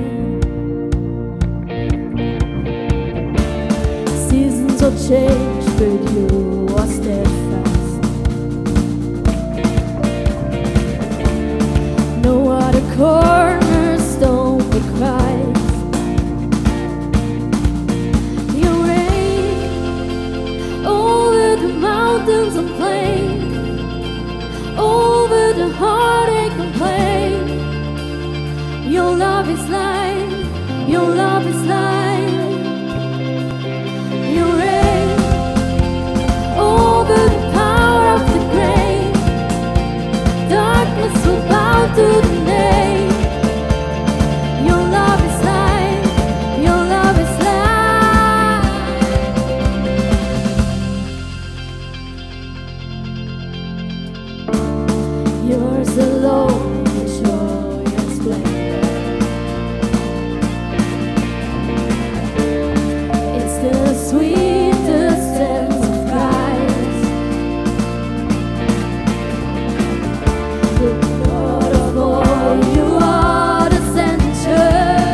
Seasons will change, but you are steadfast. No other cornerstone but Christ. You reign over the mountains and plains, over the heartache and pain. Your love is life, your love is life. You reign over the power of the grave. Darkness will bow to the name. Your love is life, your love is life. Yours alone is joy and splendor. It's the sweetest sense of Christ. The Lord of all, you are the center.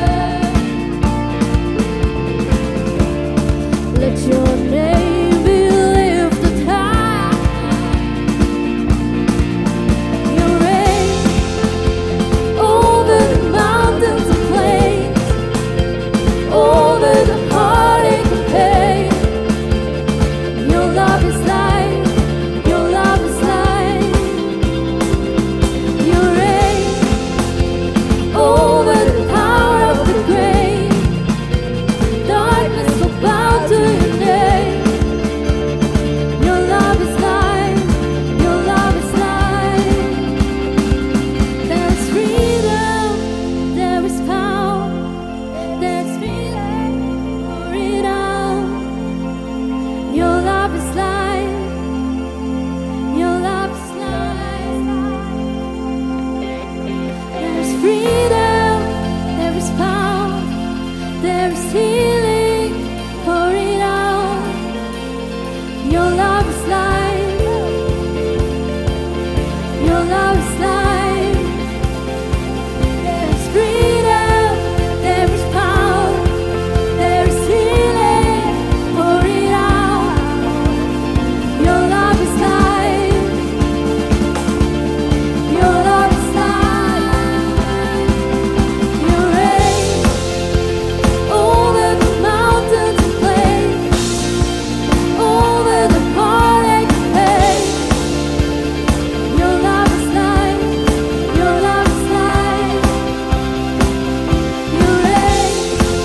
Let your name be lifted high. You reign over the mountains and plains, over the heartache and pain. Your love is life, your love is life. You reign over the power of the grave. Darkness will bow to your name. Your love is life, your love is life. There is freedom, there is power, there is freedom for it all. Your love is life, your love is life. There is freedom, there is power, there is healing for it all. Your love is life, your love is life. There is freedom, there is power, there is healing for it all. Your love is life, your love is life. You reign over the mountains and plains, over the heartache and pain. Your love is life, your love is life. You reign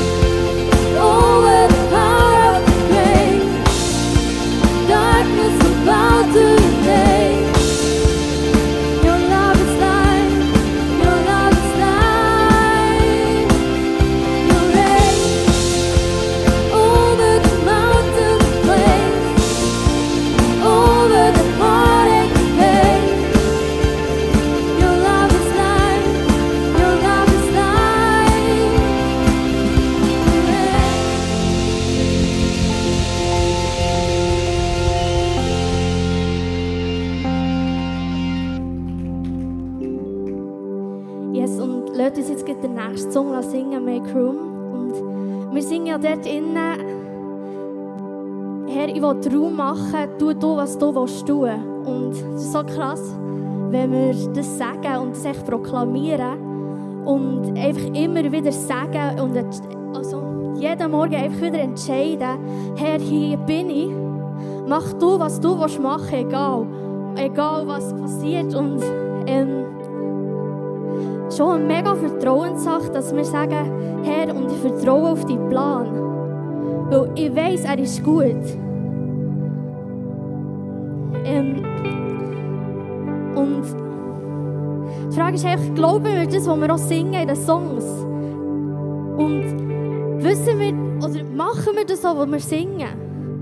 over the power of the grave. Darkness will bow to your name. Your love is life, your love is life. You reign over the mountains and plains, over the heartache and pain. Your love is life, your love is life. You Yes, und lasst uns jetzt gleich den nächsten Song singen, Make Room. Und wir singen ja dort innen, Herr, ich will Raum machen, tu du, was du willst tun. Und es ist so krass, wenn wir das sagen und das echt proklamieren und einfach immer wieder sagen und also jeden Morgen einfach wieder entscheiden, Herr, hier bin ich, mach du, was du willst machen, egal was passiert. Und schon eine mega Vertrauenssache, dass wir sagen, Herr, und ich vertraue auf deinen Plan. Weil ich weiss, er ist gut. Und die Frage ist einfach, glauben wir das, was wir auch singen in den Songs? Und wissen wir, oder machen wir das so, was wir singen?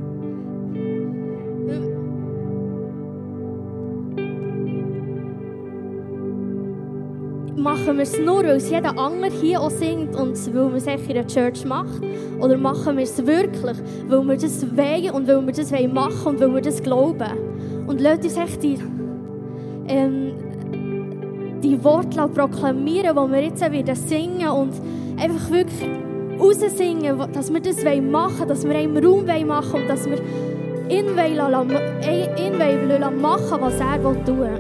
Machen wir es nur, weil es jeder andere hier auch singt und weil man es in der Church macht? Oder machen wir es wirklich, weil wir das wollen und weil wir das machen wollen und weil wir das glauben? Und lasst uns echt die Worte proklamieren, die wir jetzt wieder singen und einfach wirklich raussingen, dass wir das machen wollen, dass wir einen Raum machen wollen und dass wir ihn machen, was er tun will.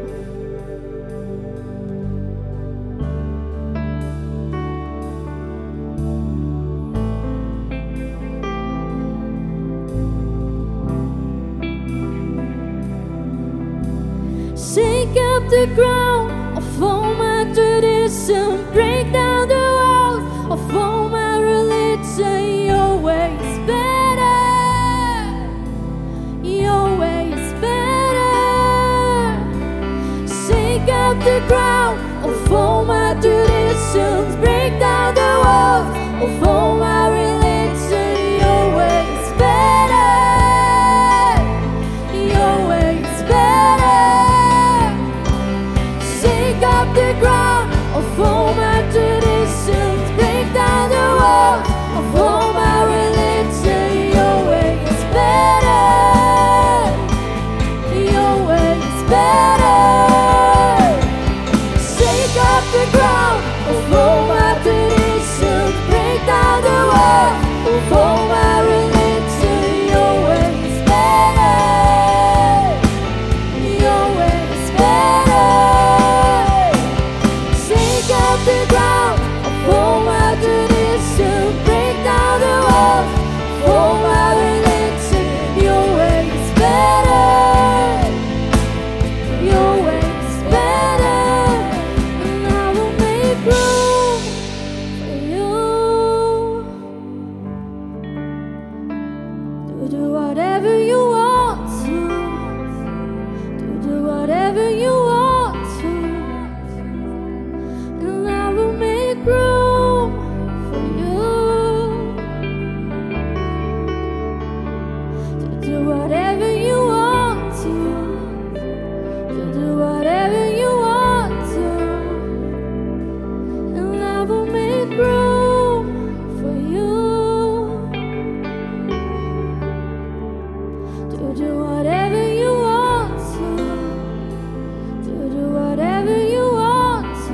Shake up the ground of all my tradition, break down the walls of all my religion. Your way is better, your way is better. Shake up the ground of all my traditions, break down the walls of all my religion. Your way is better, your way is better. Shake up the ground of all my traditions, break down the walls of all my religion. Your way is better, your way is better. Shake up the ground of all my traditions, break down the walls of all my religion. Your way is better, your way is better. Shake up the ground of all my tradition, break down the walls of all my religion. Your way is better, your way is better, and I will make room for you to do whatever you want to, do whatever you want to. And I will make room for you to do whatever you want to do whatever you want to. And I will make room for you to do whatever you want to do whatever you want to.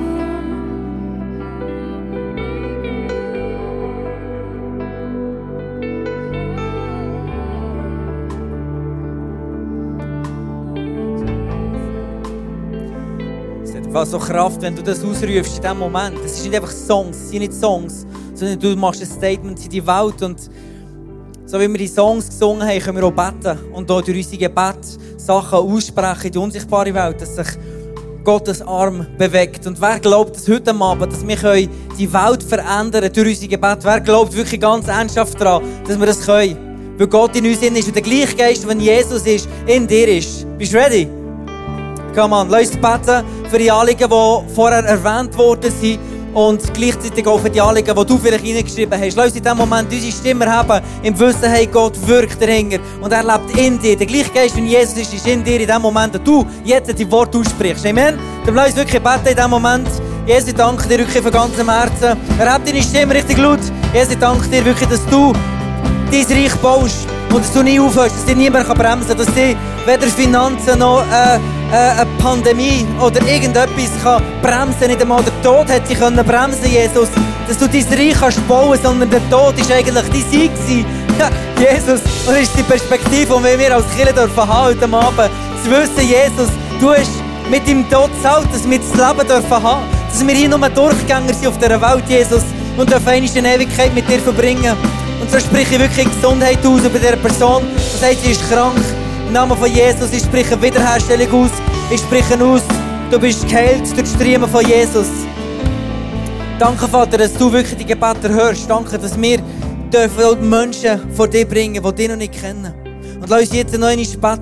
Es hat einfach so Kraft, wenn du das ausrufst in diesem Moment. Es sind nicht einfach Songs, es sind nicht Songs, sondern du machst ein Statement in die Welt. Und so wie wir die Songs gesungen haben, können wir auch beten und auch durch unsere Gebete Sachen aussprechen in die unsichtbare Welt, dass sich Gottes Arm bewegt. Und wer glaubt, dass heute Abend, dass wir die Welt verändern können durch unsere Gebete? Wer glaubt wirklich ganz ernsthaft daran, dass wir das können? Weil Gott in uns ist und der gleiche Geist, wenn Jesus ist, in dir ist. Bist du ready? Come on, lass uns beten für die Anliegen, die vorher erwähnt worden sind und gleichzeitig auch für die Anliegen, die du vielleicht hineingeschrieben hast. Lass uns in diesem Moment unsere Stimme haben, im Wissen, hey, Gott wirkt dahinter und er lebt in dir. Der gleiche Geist, wenn Jesus ist in dir in dem Moment, dass du jetzt die Worte aussprichst. Amen? Dann lass uns wirklich beten in diesem Moment. Jesus, ich danke dir wirklich von ganzem Herzen. Erhebe deine Stimme richtig laut. Jesus, ich danke dir wirklich, dass du dein Reich baust und dass du nie aufhörst, dass dich niemand bremsen kann, dass dich weder Finanzen noch eine Pandemie oder irgendetwas kann bremsen. Nicht einmal der Tod hätte dich bremsen, Jesus. Dass du dein Reich kannst bauen, sondern der Tod war eigentlich dein Sieg. Ja, Jesus, und das ist die Perspektive, die wir als Kirche dürfen haben heute Abend. Zu wissen, Jesus, du hast mit deinem Tod gezahlt, dass wir das Leben dürfen haben. Dass wir hier nur Durchgänger sind auf dieser Welt, Jesus. Und dürfen eine Ewigkeit mit dir verbringen. Und so spreche ich wirklich Gesundheit aus über diese Person, die sagt, sie ist krank. Im Namen von Jesus, ich spreche Wiederherstellung aus. Ich spreche aus, du bist geheilt durch die Striemen von Jesus. Danke, Vater, dass du wirklich die Gebete hörst. Danke, dass wir dürfen Menschen vor dir bringen, die dich noch nicht kennen. Und lass uns jetzt noch einmal beten.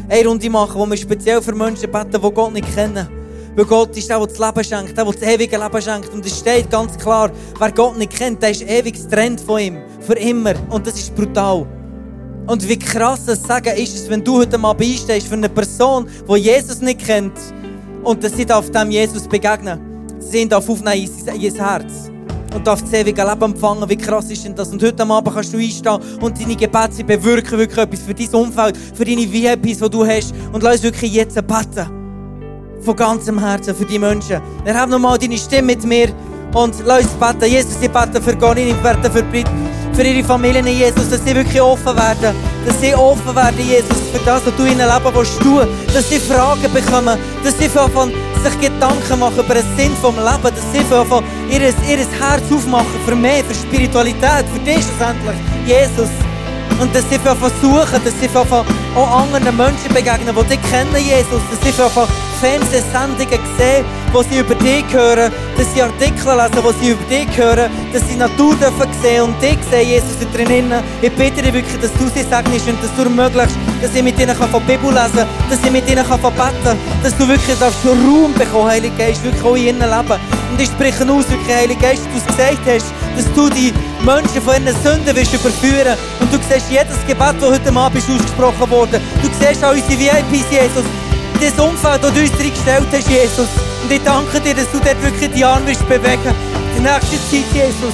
eine Runde machen, wo wir speziell für Menschen beten, die Gott nicht kennen. Weil Gott ist der das Leben schenkt, der das ewige Leben schenkt. Und es steht ganz klar, wer Gott nicht kennt, der ist ewig getrennt von ihm. Für immer. Und das ist brutal. Und wie krass das Sagen ist es, wenn du heute mal beistehst für eine Person, die Jesus nicht kennt und dass sie darf dem Jesus begegnen. Sie darf aufnehmen in ihr Herz und darf das ewige Leben empfangen. Wie krass ist denn das? Und heute Abend kannst du einstehen und deine Gebete bewirken wirklich etwas für dein Umfeld, für deine VIPs, die du hast. Und lass uns wirklich jetzt beten. Von ganzem Herzen für die Menschen. Erhebe nochmal deine Stimme mit mir und lass uns beten. Jesus, ich bete für Corinne, ich bete für Brit, für ihre Familien, Jesus, dass sie wirklich offen werden. Dass sie offen werden, Jesus, für das, was du in ihrem Leben tun willst. Dass sie Fragen bekommen, dass sie von sich Gedanken machen über den Sinn des Lebens, dass sie von ihr Herz aufmachen für mehr, für Spiritualität, für dich schlussendlich, Jesus. Und dass sie versuchen, dass sie auch anderen Menschen begegnen, die dich kennen, Jesus. Dass sie Fernsehsendungen sehen, wo sie über dich hören, dass sie Artikel lesen, wo sie über dich hören, dass sie Natur dürfen sehen und dich sehen, Jesus, da drinnen. Ich bitte dich wirklich, dass du sie segnest und dass du ermöglichst, dass ich mit ihnen die Bibel lesen kann, dass ich mit ihnen beten kann, dass du wirklich Raum bekommst, Heiliger Geist, wirklich auch in ihrem Leben. Und ich spreche aus, wirklich, Heiliger Geist, dass du gesagt hast, dass du die Menschen von ihren Sünden willst überführen. Und du siehst jedes Gebet, das heute Abend ausgesprochen wurde. Du siehst auch unsere VIPs, Jesus. Das Umfeld, das du uns reingestellt hast, Jesus. Und ich danke dir, dass du dort wirklich die Arme bewegen. Die nächste Zeit, Jesus.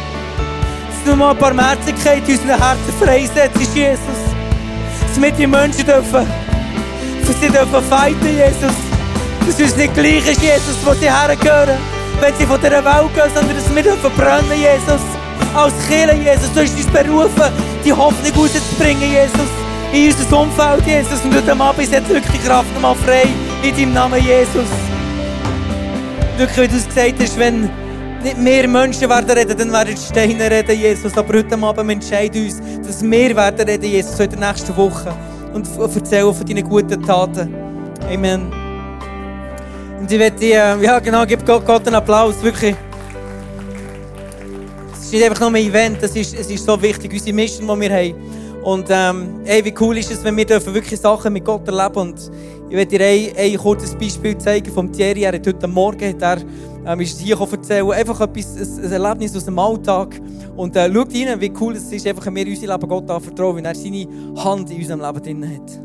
Dass du mal Barmherzigkeit in unseren Herzen freisetzt, Jesus. Dass wir die Menschen dürfen, für sie dürfen fighten, Jesus. Dass es uns nicht gleich ist, Jesus, wo sie hergehören, wenn sie von dieser Welt gehen, sondern dass wir dürfen brennen, Jesus. Als Kirche, Jesus, du hast uns berufen, die Hoffnung rauszubringen, Jesus. In unser Umfeld, Jesus. Und heute Abend ist jetzt wirklich Kraft nochmal frei. In deinem Namen, Jesus. Wirklich, wie du es gesagt hast, wenn nicht mehr Menschen werden reden, dann werden die Steine reden, Jesus. Aber heute Abend entscheiden uns, dass wir werden reden, Jesus, in der nächsten Woche. Und erzählen von deinen guten Taten. Amen. Und ich werde gib Gott einen Applaus, wirklich. Es ist nicht einfach nur ein Event, es ist so wichtig, unsere Mission, die wir haben. Und wie cool ist es, wenn wir wirklich Sachen mit Gott erleben. Und ich werde dir ein kurzes Beispiel zeigen vom Thierry. Er hat heute Morgen ist hier erzählen, einfach ein Erlebnis aus dem Alltag. Und schaut rein, wie cool es ist, einfach wenn wir unser Leben Gott anvertrauen, wenn er seine Hand in unserem Leben drin hat.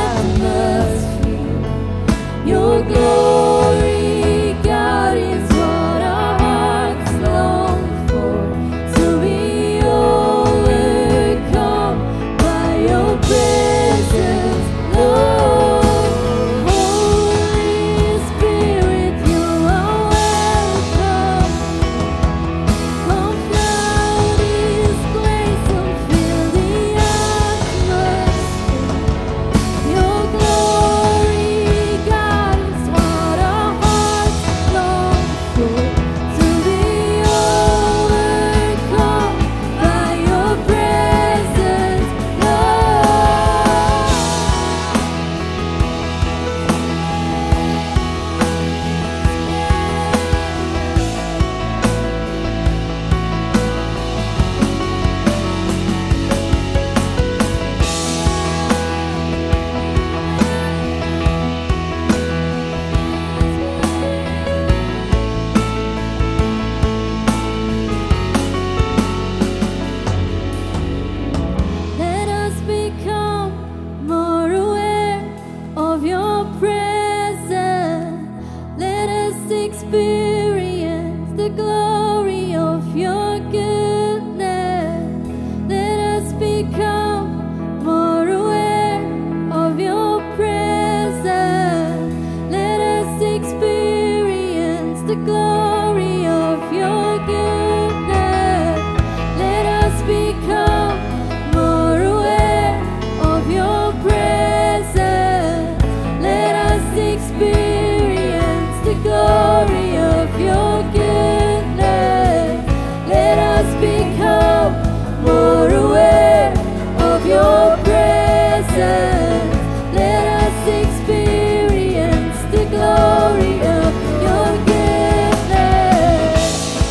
Your glory, God, is what experience the glory of your goodness. Let us become more aware of your presence. Let us experience the glory of your goodness. Let us become more aware of your presence. Let us experience the glory of your goodness. Let us become more aware of your presence. Let us experience the glory of your goodness.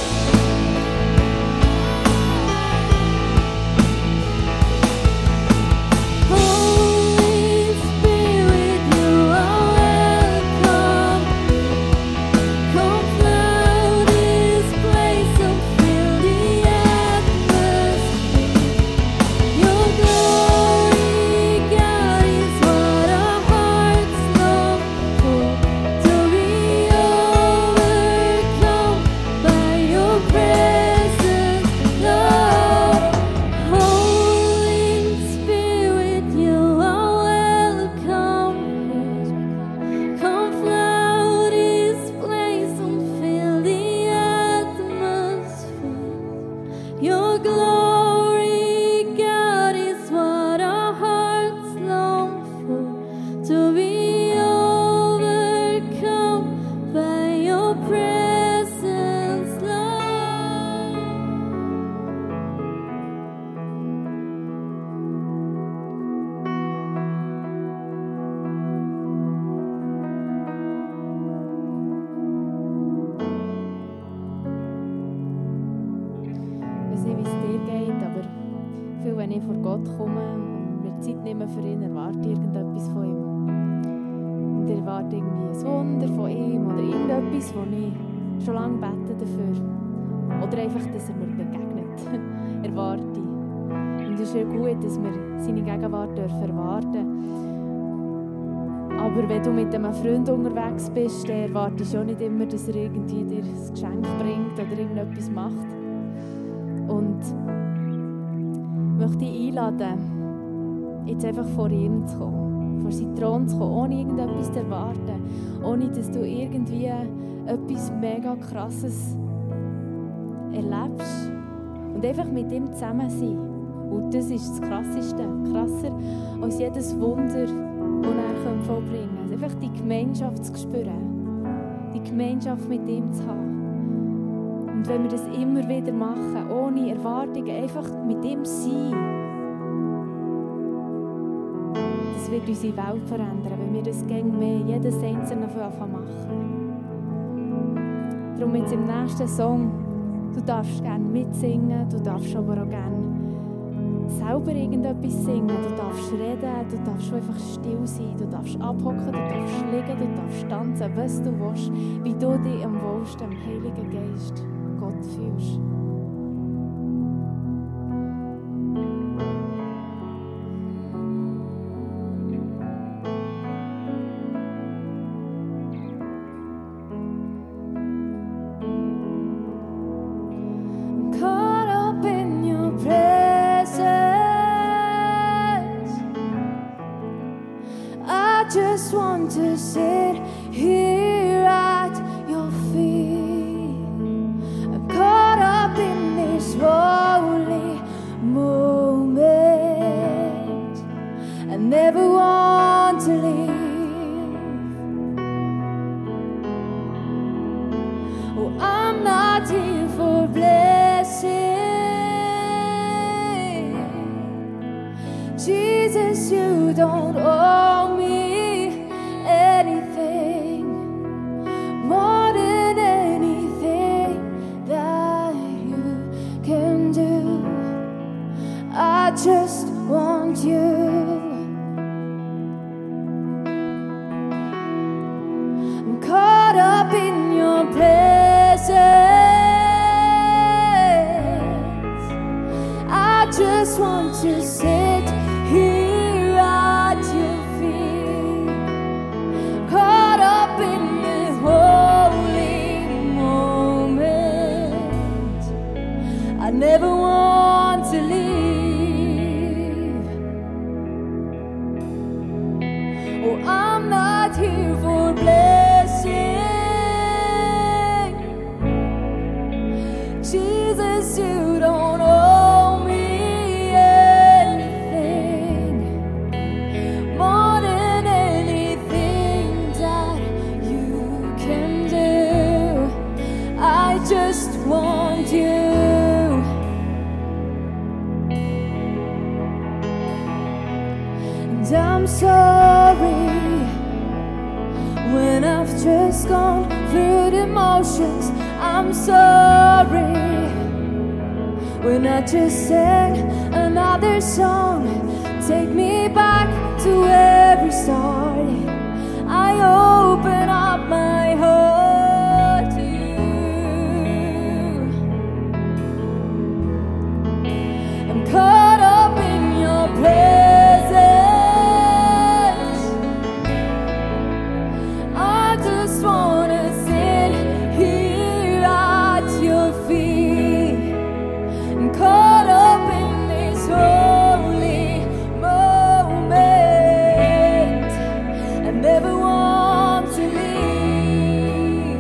Holy Spirit, you are welcome. Come flood this place and fill the atmosphere. Your glory, God, is what our hearts long for. To be overcome by your presence, Lord. Holy Spirit, you are welcome here. Come flood this place and fill the atmosphere. Your glory, God, is what our hearts long for. To be overcome by your presence, Lord. Ich weiß nicht, wie es dir geht, aber viel, wenn ich vor Gott komme und mir Zeit nehme für ihn, erwarte ich irgendetwas von ihm. Und ich erwarte irgendwie ein Wunder von ihm oder irgendetwas, wo ich schon lange bete dafür. Oder einfach, dass er mir begegnet. Erwarte ich. Und es ist ja gut, dass wir seine Gegenwart erwarten dürfen. Aber wenn du mit einem Freund unterwegs bist, dann erwartest du auch nicht immer, dass er irgendwie dir ein Geschenk bringt oder irgendetwas macht. Und ich möchte dich einladen, jetzt einfach vor ihm zu kommen, vor seinen Thron zu kommen, ohne irgendetwas zu erwarten, ohne dass du irgendwie etwas mega Krasses erlebst und einfach mit ihm zusammen sein. Und das ist das Krasseste, krasser als jedes Wunder, das er vollbringen kann. Also einfach die Gemeinschaft zu spüren, die Gemeinschaft mit ihm zu haben. Und wenn wir das immer wieder machen, ohne Erwartungen, einfach mit ihm sein, das wird unsere Welt verändern, wenn wir das gegen mehr, jedes Einzelne machen. Darum jetzt im nächsten Song, du darfst gerne mitsingen, du darfst aber auch gerne selber irgendetwas singen, du darfst reden, du darfst einfach still sein, du darfst abhocken, du darfst liegen, du darfst tanzen, was du willst, wie du dich am wohlsten im Heiligen Geist Gott fühlst. Caught up in your presence, I just want to sit here at your feet. I'm caught up in this holy moment. I never want to leave. Oh, I'm not here for blessing. Jesus, you don't owe me anything more than anything that you can do. I just want you. I'm caught up in your presence. I just want to sit here at your feet, caught up in the holy just want you. And I'm sorry when I've just gone through the motions. I'm sorry when I just sang another song. Take me back to where we started. I open up my heart to you. I'm caught up in your presence. I just wanna sit here at your feet. I'm caught up in this holy moment. I never want to leave.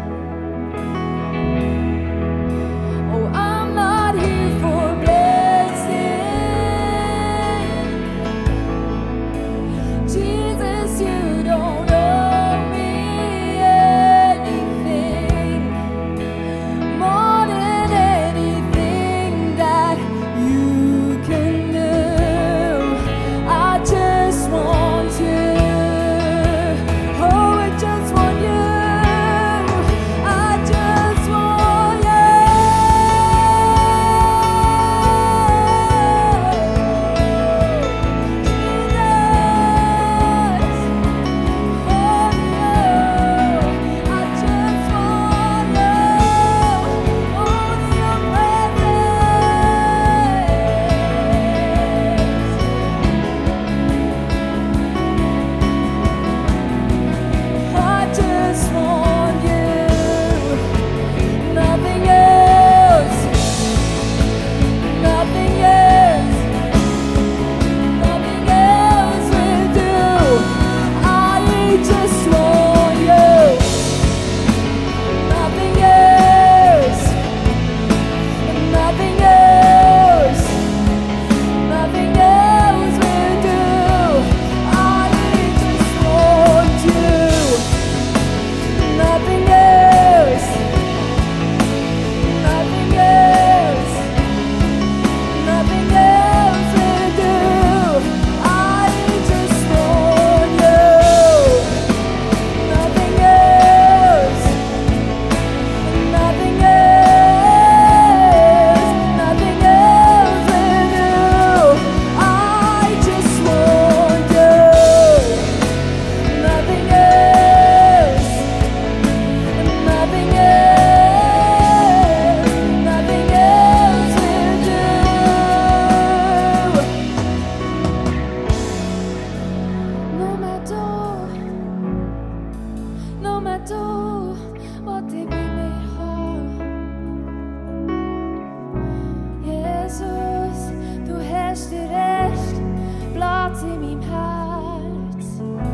Oh, I'm not here for blessing. Jesus, you don't owe me anything more than anything that you can do. I just want you. Oh, I just want you. I just want you. Nothing else, nothing else, nothing else will do. I just want you. Nothing else, nothing else, nothing else will do. I just want you. Nothing else. Nothing else, nothing else will do. I just want you. Nothing else, nothing else, nothing else will do. I just want you. Nothing else, nothing else, nothing else will do. No matter what det blir mig har. Jesus, du hast dir recht, Platz in meinem Herz.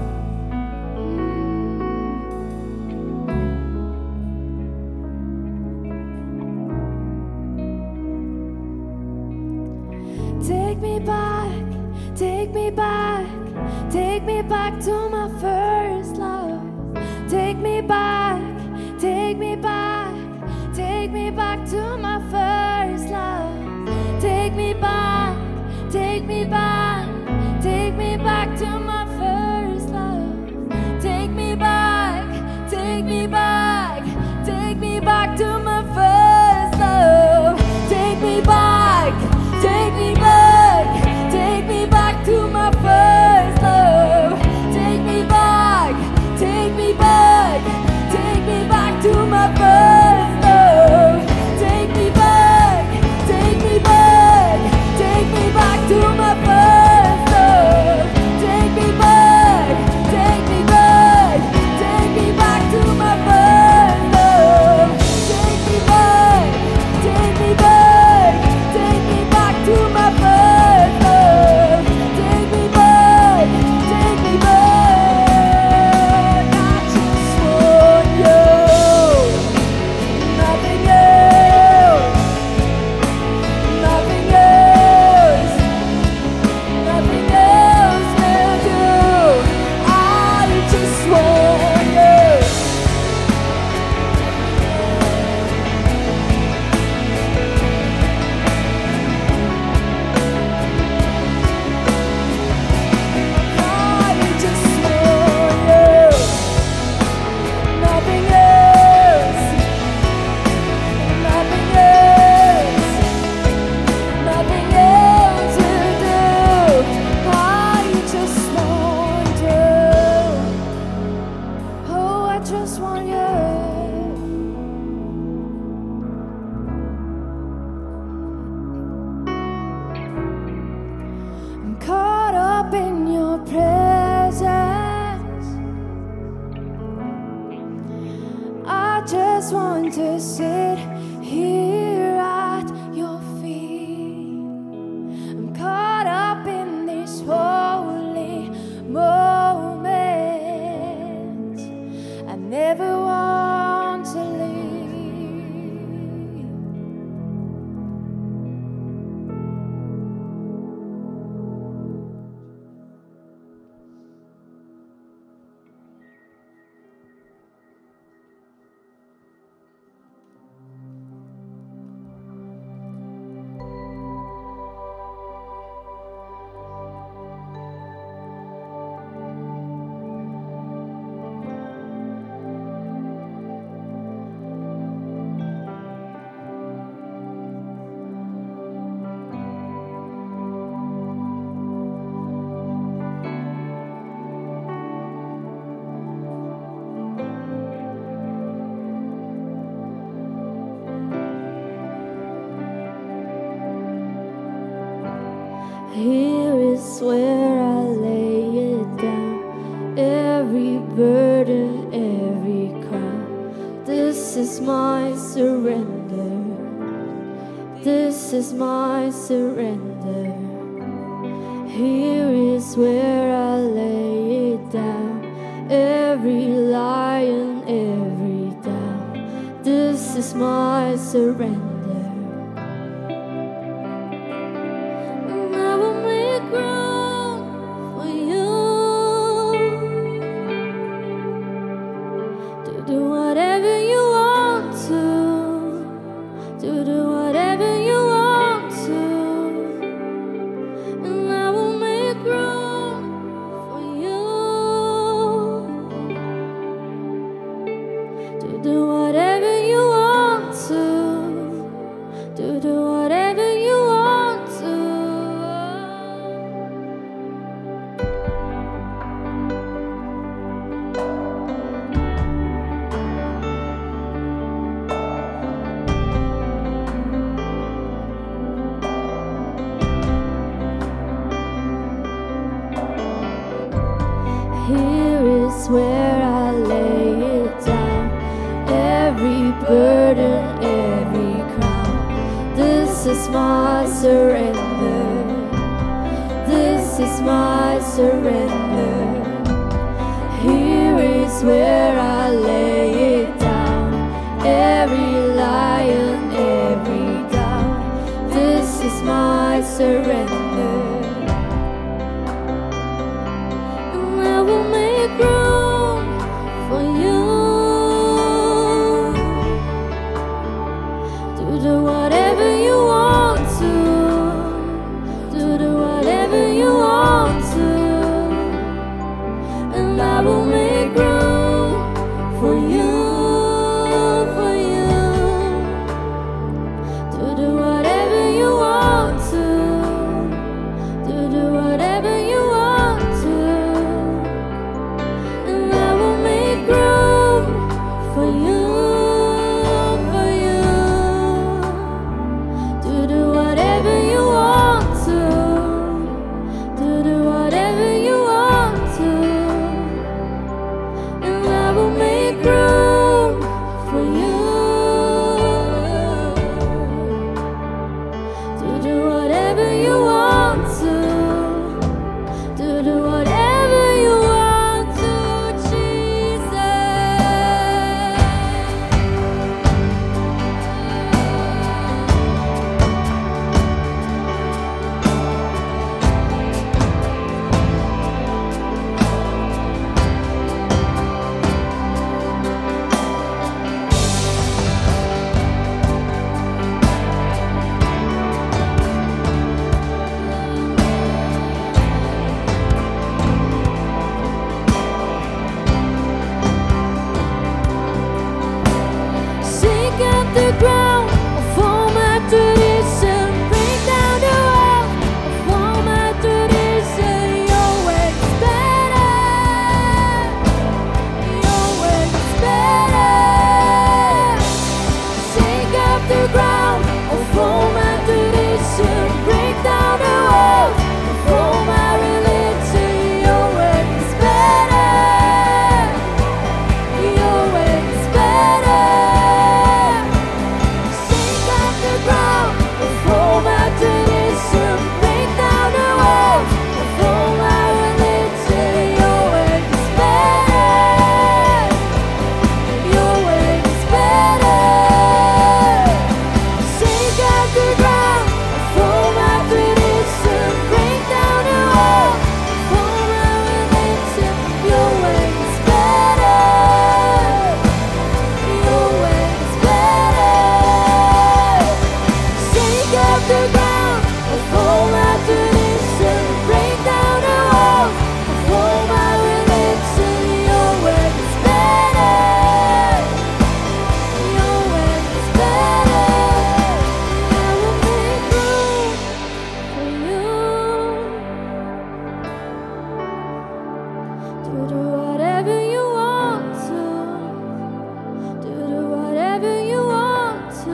Take me back, take me back, take me back to my first love. Take me back, take me back, take me back to my first love. Take me back, take me back, take me back to my first love. Take me back, take me back, take me back to my first love. Take me back, take me back, take me back to my first love. Take me back, take me back, take me back to my first I just want to sit here at your feet. I'm caught up in this holy moment. I never want to leave. Here is where I lay it down, every burden, every crown. This is my surrender. This is my surrender. Here is where I lay it down, every lie and every doubt. This is my surrender. Here is where I lay it down, every burden, every crown. This is my surrender. This is my surrender. Here is where I lay it down, every lie and every doubt. This is my surrender. Room for you to do whatever you want to do whatever you want to, and I will make room for you, to do whatever you want to do whatever you want to. For you, to do whatever you want to do whatever you want to, and I will make room for you, to do whatever you want to do whatever you want to, Jesus. Shake up the ground, form my tradition, break down the wall, form my tradition. Your way is better, your way is better. Shake up the ground, form my tradition, break down the wall, form my religion. Your way is better, your way is better. underground. I fall my tradition, break down the walls. I fall my religion. Your way is better. Your way is better. I will make room for you. Do whatever you want to. Do whatever you want to.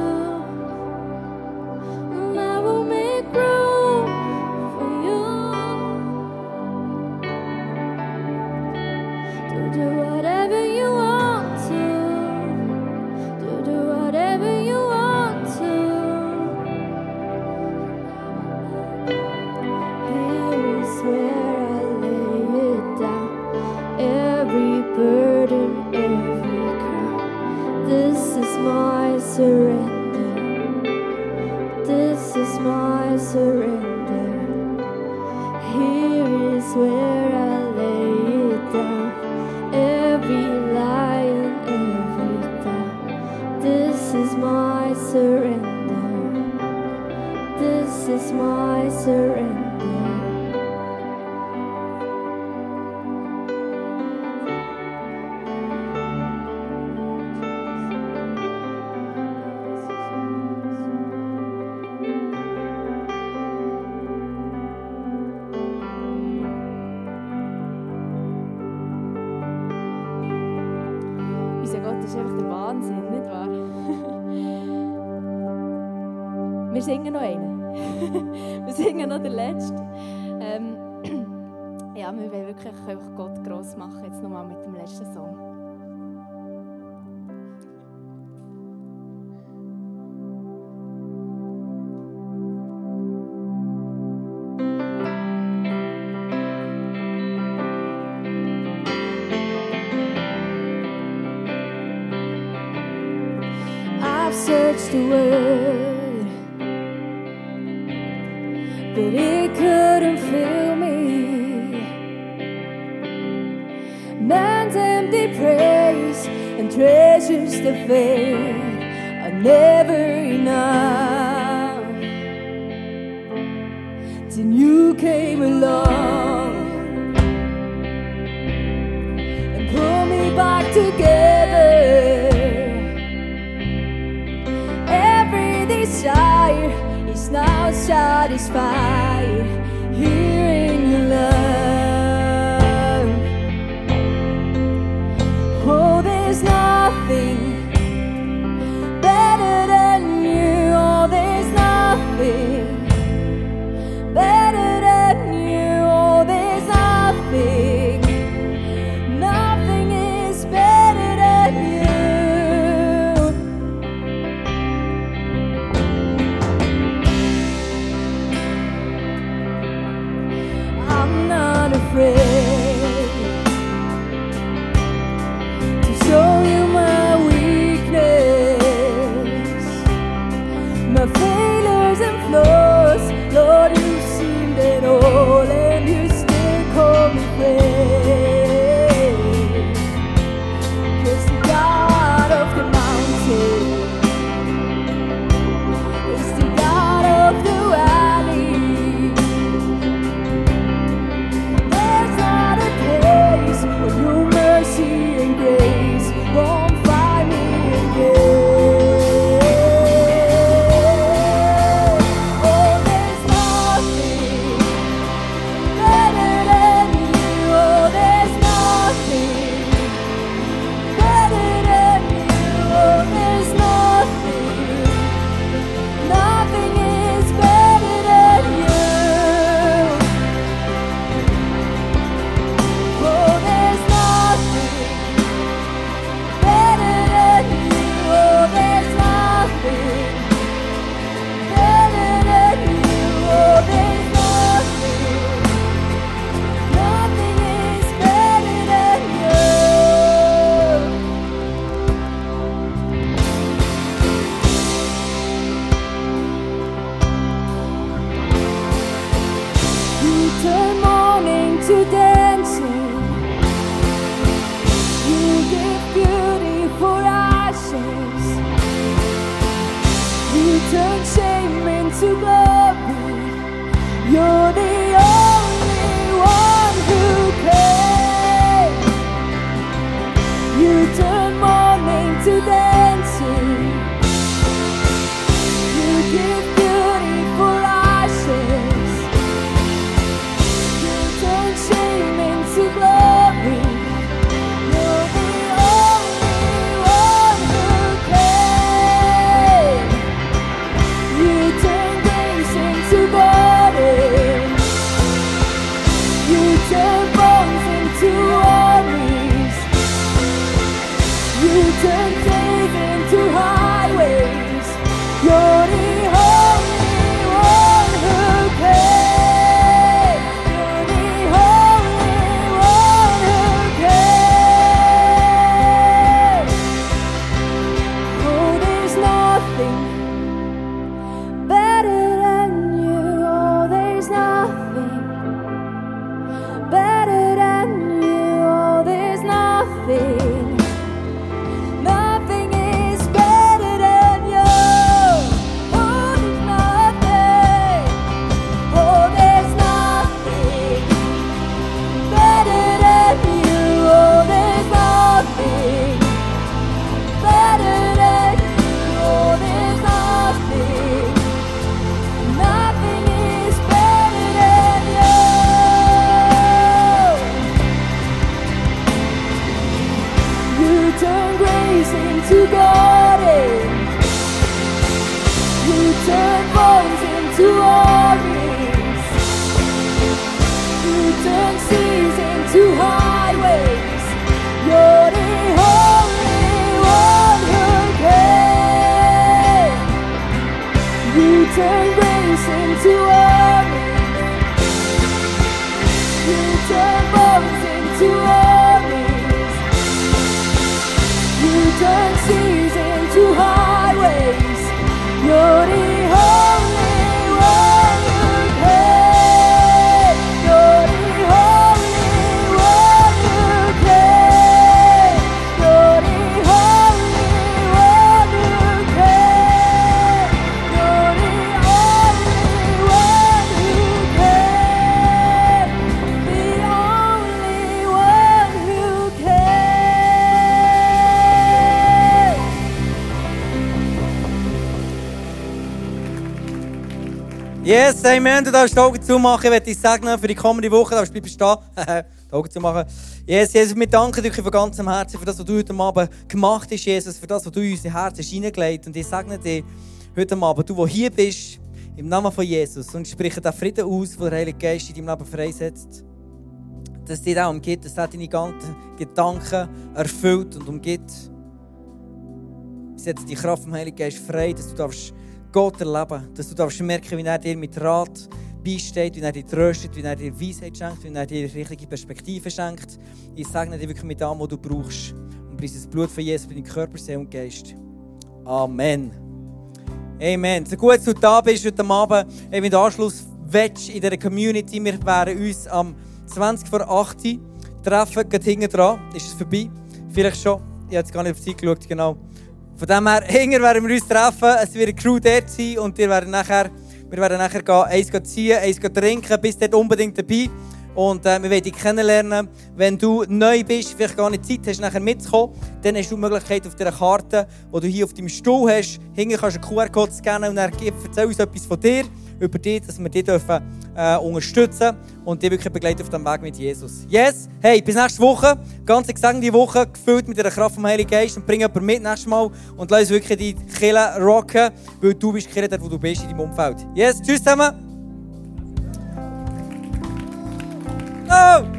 And I will make room for you. Do whatever you want to. Do whatever you want to. Here is where I lay it down. Every burden, every crown. This is my surrender. This is my surrender. Here is where I lay it down. Every lie and every doubt. This is my surrender. This is my surrender. Unser Gott ist einfach der Wahnsinn, nicht wahr? Wir singen noch einen. Wir singen noch den letzten. Ja, wir wollen wirklich einfach Gott gross machen, jetzt nochmal mit dem letzten Song. I've searched the world, but it couldn't fill me. Man's empty praise and treasures that fade are never enough. Then you came along and pulled me back together. Every desire is now satisfied here in your love. Oh, there's nothing better than you. Oh, there's nothing better than you. Oh, there's nothing. Nothing is better than you. I'm not afraid to show you my weakness, my failures and flaws. Lord, you've seen it all, and you still call me friend. 'Cause the God of the mountain is the God of the valley. There's not a place where your mercy and grace won't find me again. Oh, there's nothing better than you. Oh, there's nothing better than you. Oh, there's nothing. Nothing is better than you. Oh, there's nothing better than you. Oh, there's nothing better than you. Oh, there's nothing. Nothing is better than you. You turn mourning to dancing. You give beauty for ashes. You turn shame into glory. You're the only one who came. You turn mourning to dancing. You give beauty for ashes. You turn shame into glory. You're the only one who came. You turn grace into burden. You turn bones into armies. You turn days into highways. You're the only one who came. You're the only one who came. Oh, there's nothing better than you. Oh, there's nothing better than you. Oh, there's nothing. Nothing is better than you. Oh, there's nothing. Oh, there's nothing better than you. Oh, there's nothing better than you. Oh, there's nothing. Nothing is better than you. You turn grace into garden. You turn bones into armies. You turn seas into highways. You're the only one who came. You turn grace into armies. You turn bones into armies. You turn seas into highways. You're the only one who came. You're the only one who came. You're the only one who came. You're the only one who came. The only one who came. Yes, Amen. Du darfst die Augen zumachen. Ich werde dich segnen für die kommende Woche. Du darfst bleiben stehen. Die Augen zumachen. Yes, Jesus, wir danken dir von ganzem Herzen für das, was du heute Abend gemacht hast, Jesus. Für das, was du in unser Herz hast hineingelegt hast. Und ich segne dich heute Abend, du, der hier bist, im Namen von Jesus. Und ich spreche den Frieden aus, den der Heilige Geist in deinem Leben freisetzt. Dass es dir auch umgeht, dass er deine ganzen Gedanken erfüllt und umgeht. Ich setze die Kraft vom Heiligen Geist frei, dass du darfst Gott erleben, dass du darfst merken, wie er dir mit Rat beisteht, wie er dir tröstet, wie er dir Weisheit schenkt, wie er dir die richtige Perspektive schenkt. Ich segne dir wirklich mit dem, was du brauchst. Und preise das Blut von Jesus für deinen Körper, Seele und Geist. Amen. Amen. So gut, dass du da bist heute Abend, wenn du den Anschluss willst in dieser Community. Wir werden uns am 20 vor 8 Uhr treffen, gerade hinten dran. Ist es vorbei? Vielleicht schon. Ich habe jetzt gar nicht auf die Zeit geschaut, genau. Von dem her, hinten werden wir uns treffen. Es wird eine Crew dort sein und wir werden nachher gehen, eins ziehen, eins trinken. Bist dort unbedingt dabei. Und wir werden dich kennenlernen. Wenn du neu bist, vielleicht gar nicht Zeit hast, nachher mitzukommen, dann hast du die Möglichkeit auf dieser Karte, die du hier auf deinem Stuhl hast, hinten kannst du einen QR-Code scannen und dann erzähl uns etwas von dir, über dich, dass wir dich unterstützen und dich wirklich begleiten auf dem Weg mit Jesus. Yes! Hey, bis nächste Woche. Ganz gesegnete Woche, gefüllt mit der Kraft vom Heiligen Geist. Und bring jemanden mit nächstes Mal und lass uns wirklich die Kirche rocken, weil du bist die Kirche dort, wo du bist, in deinem Umfeld. Yes! Tschüss zusammen! Oh!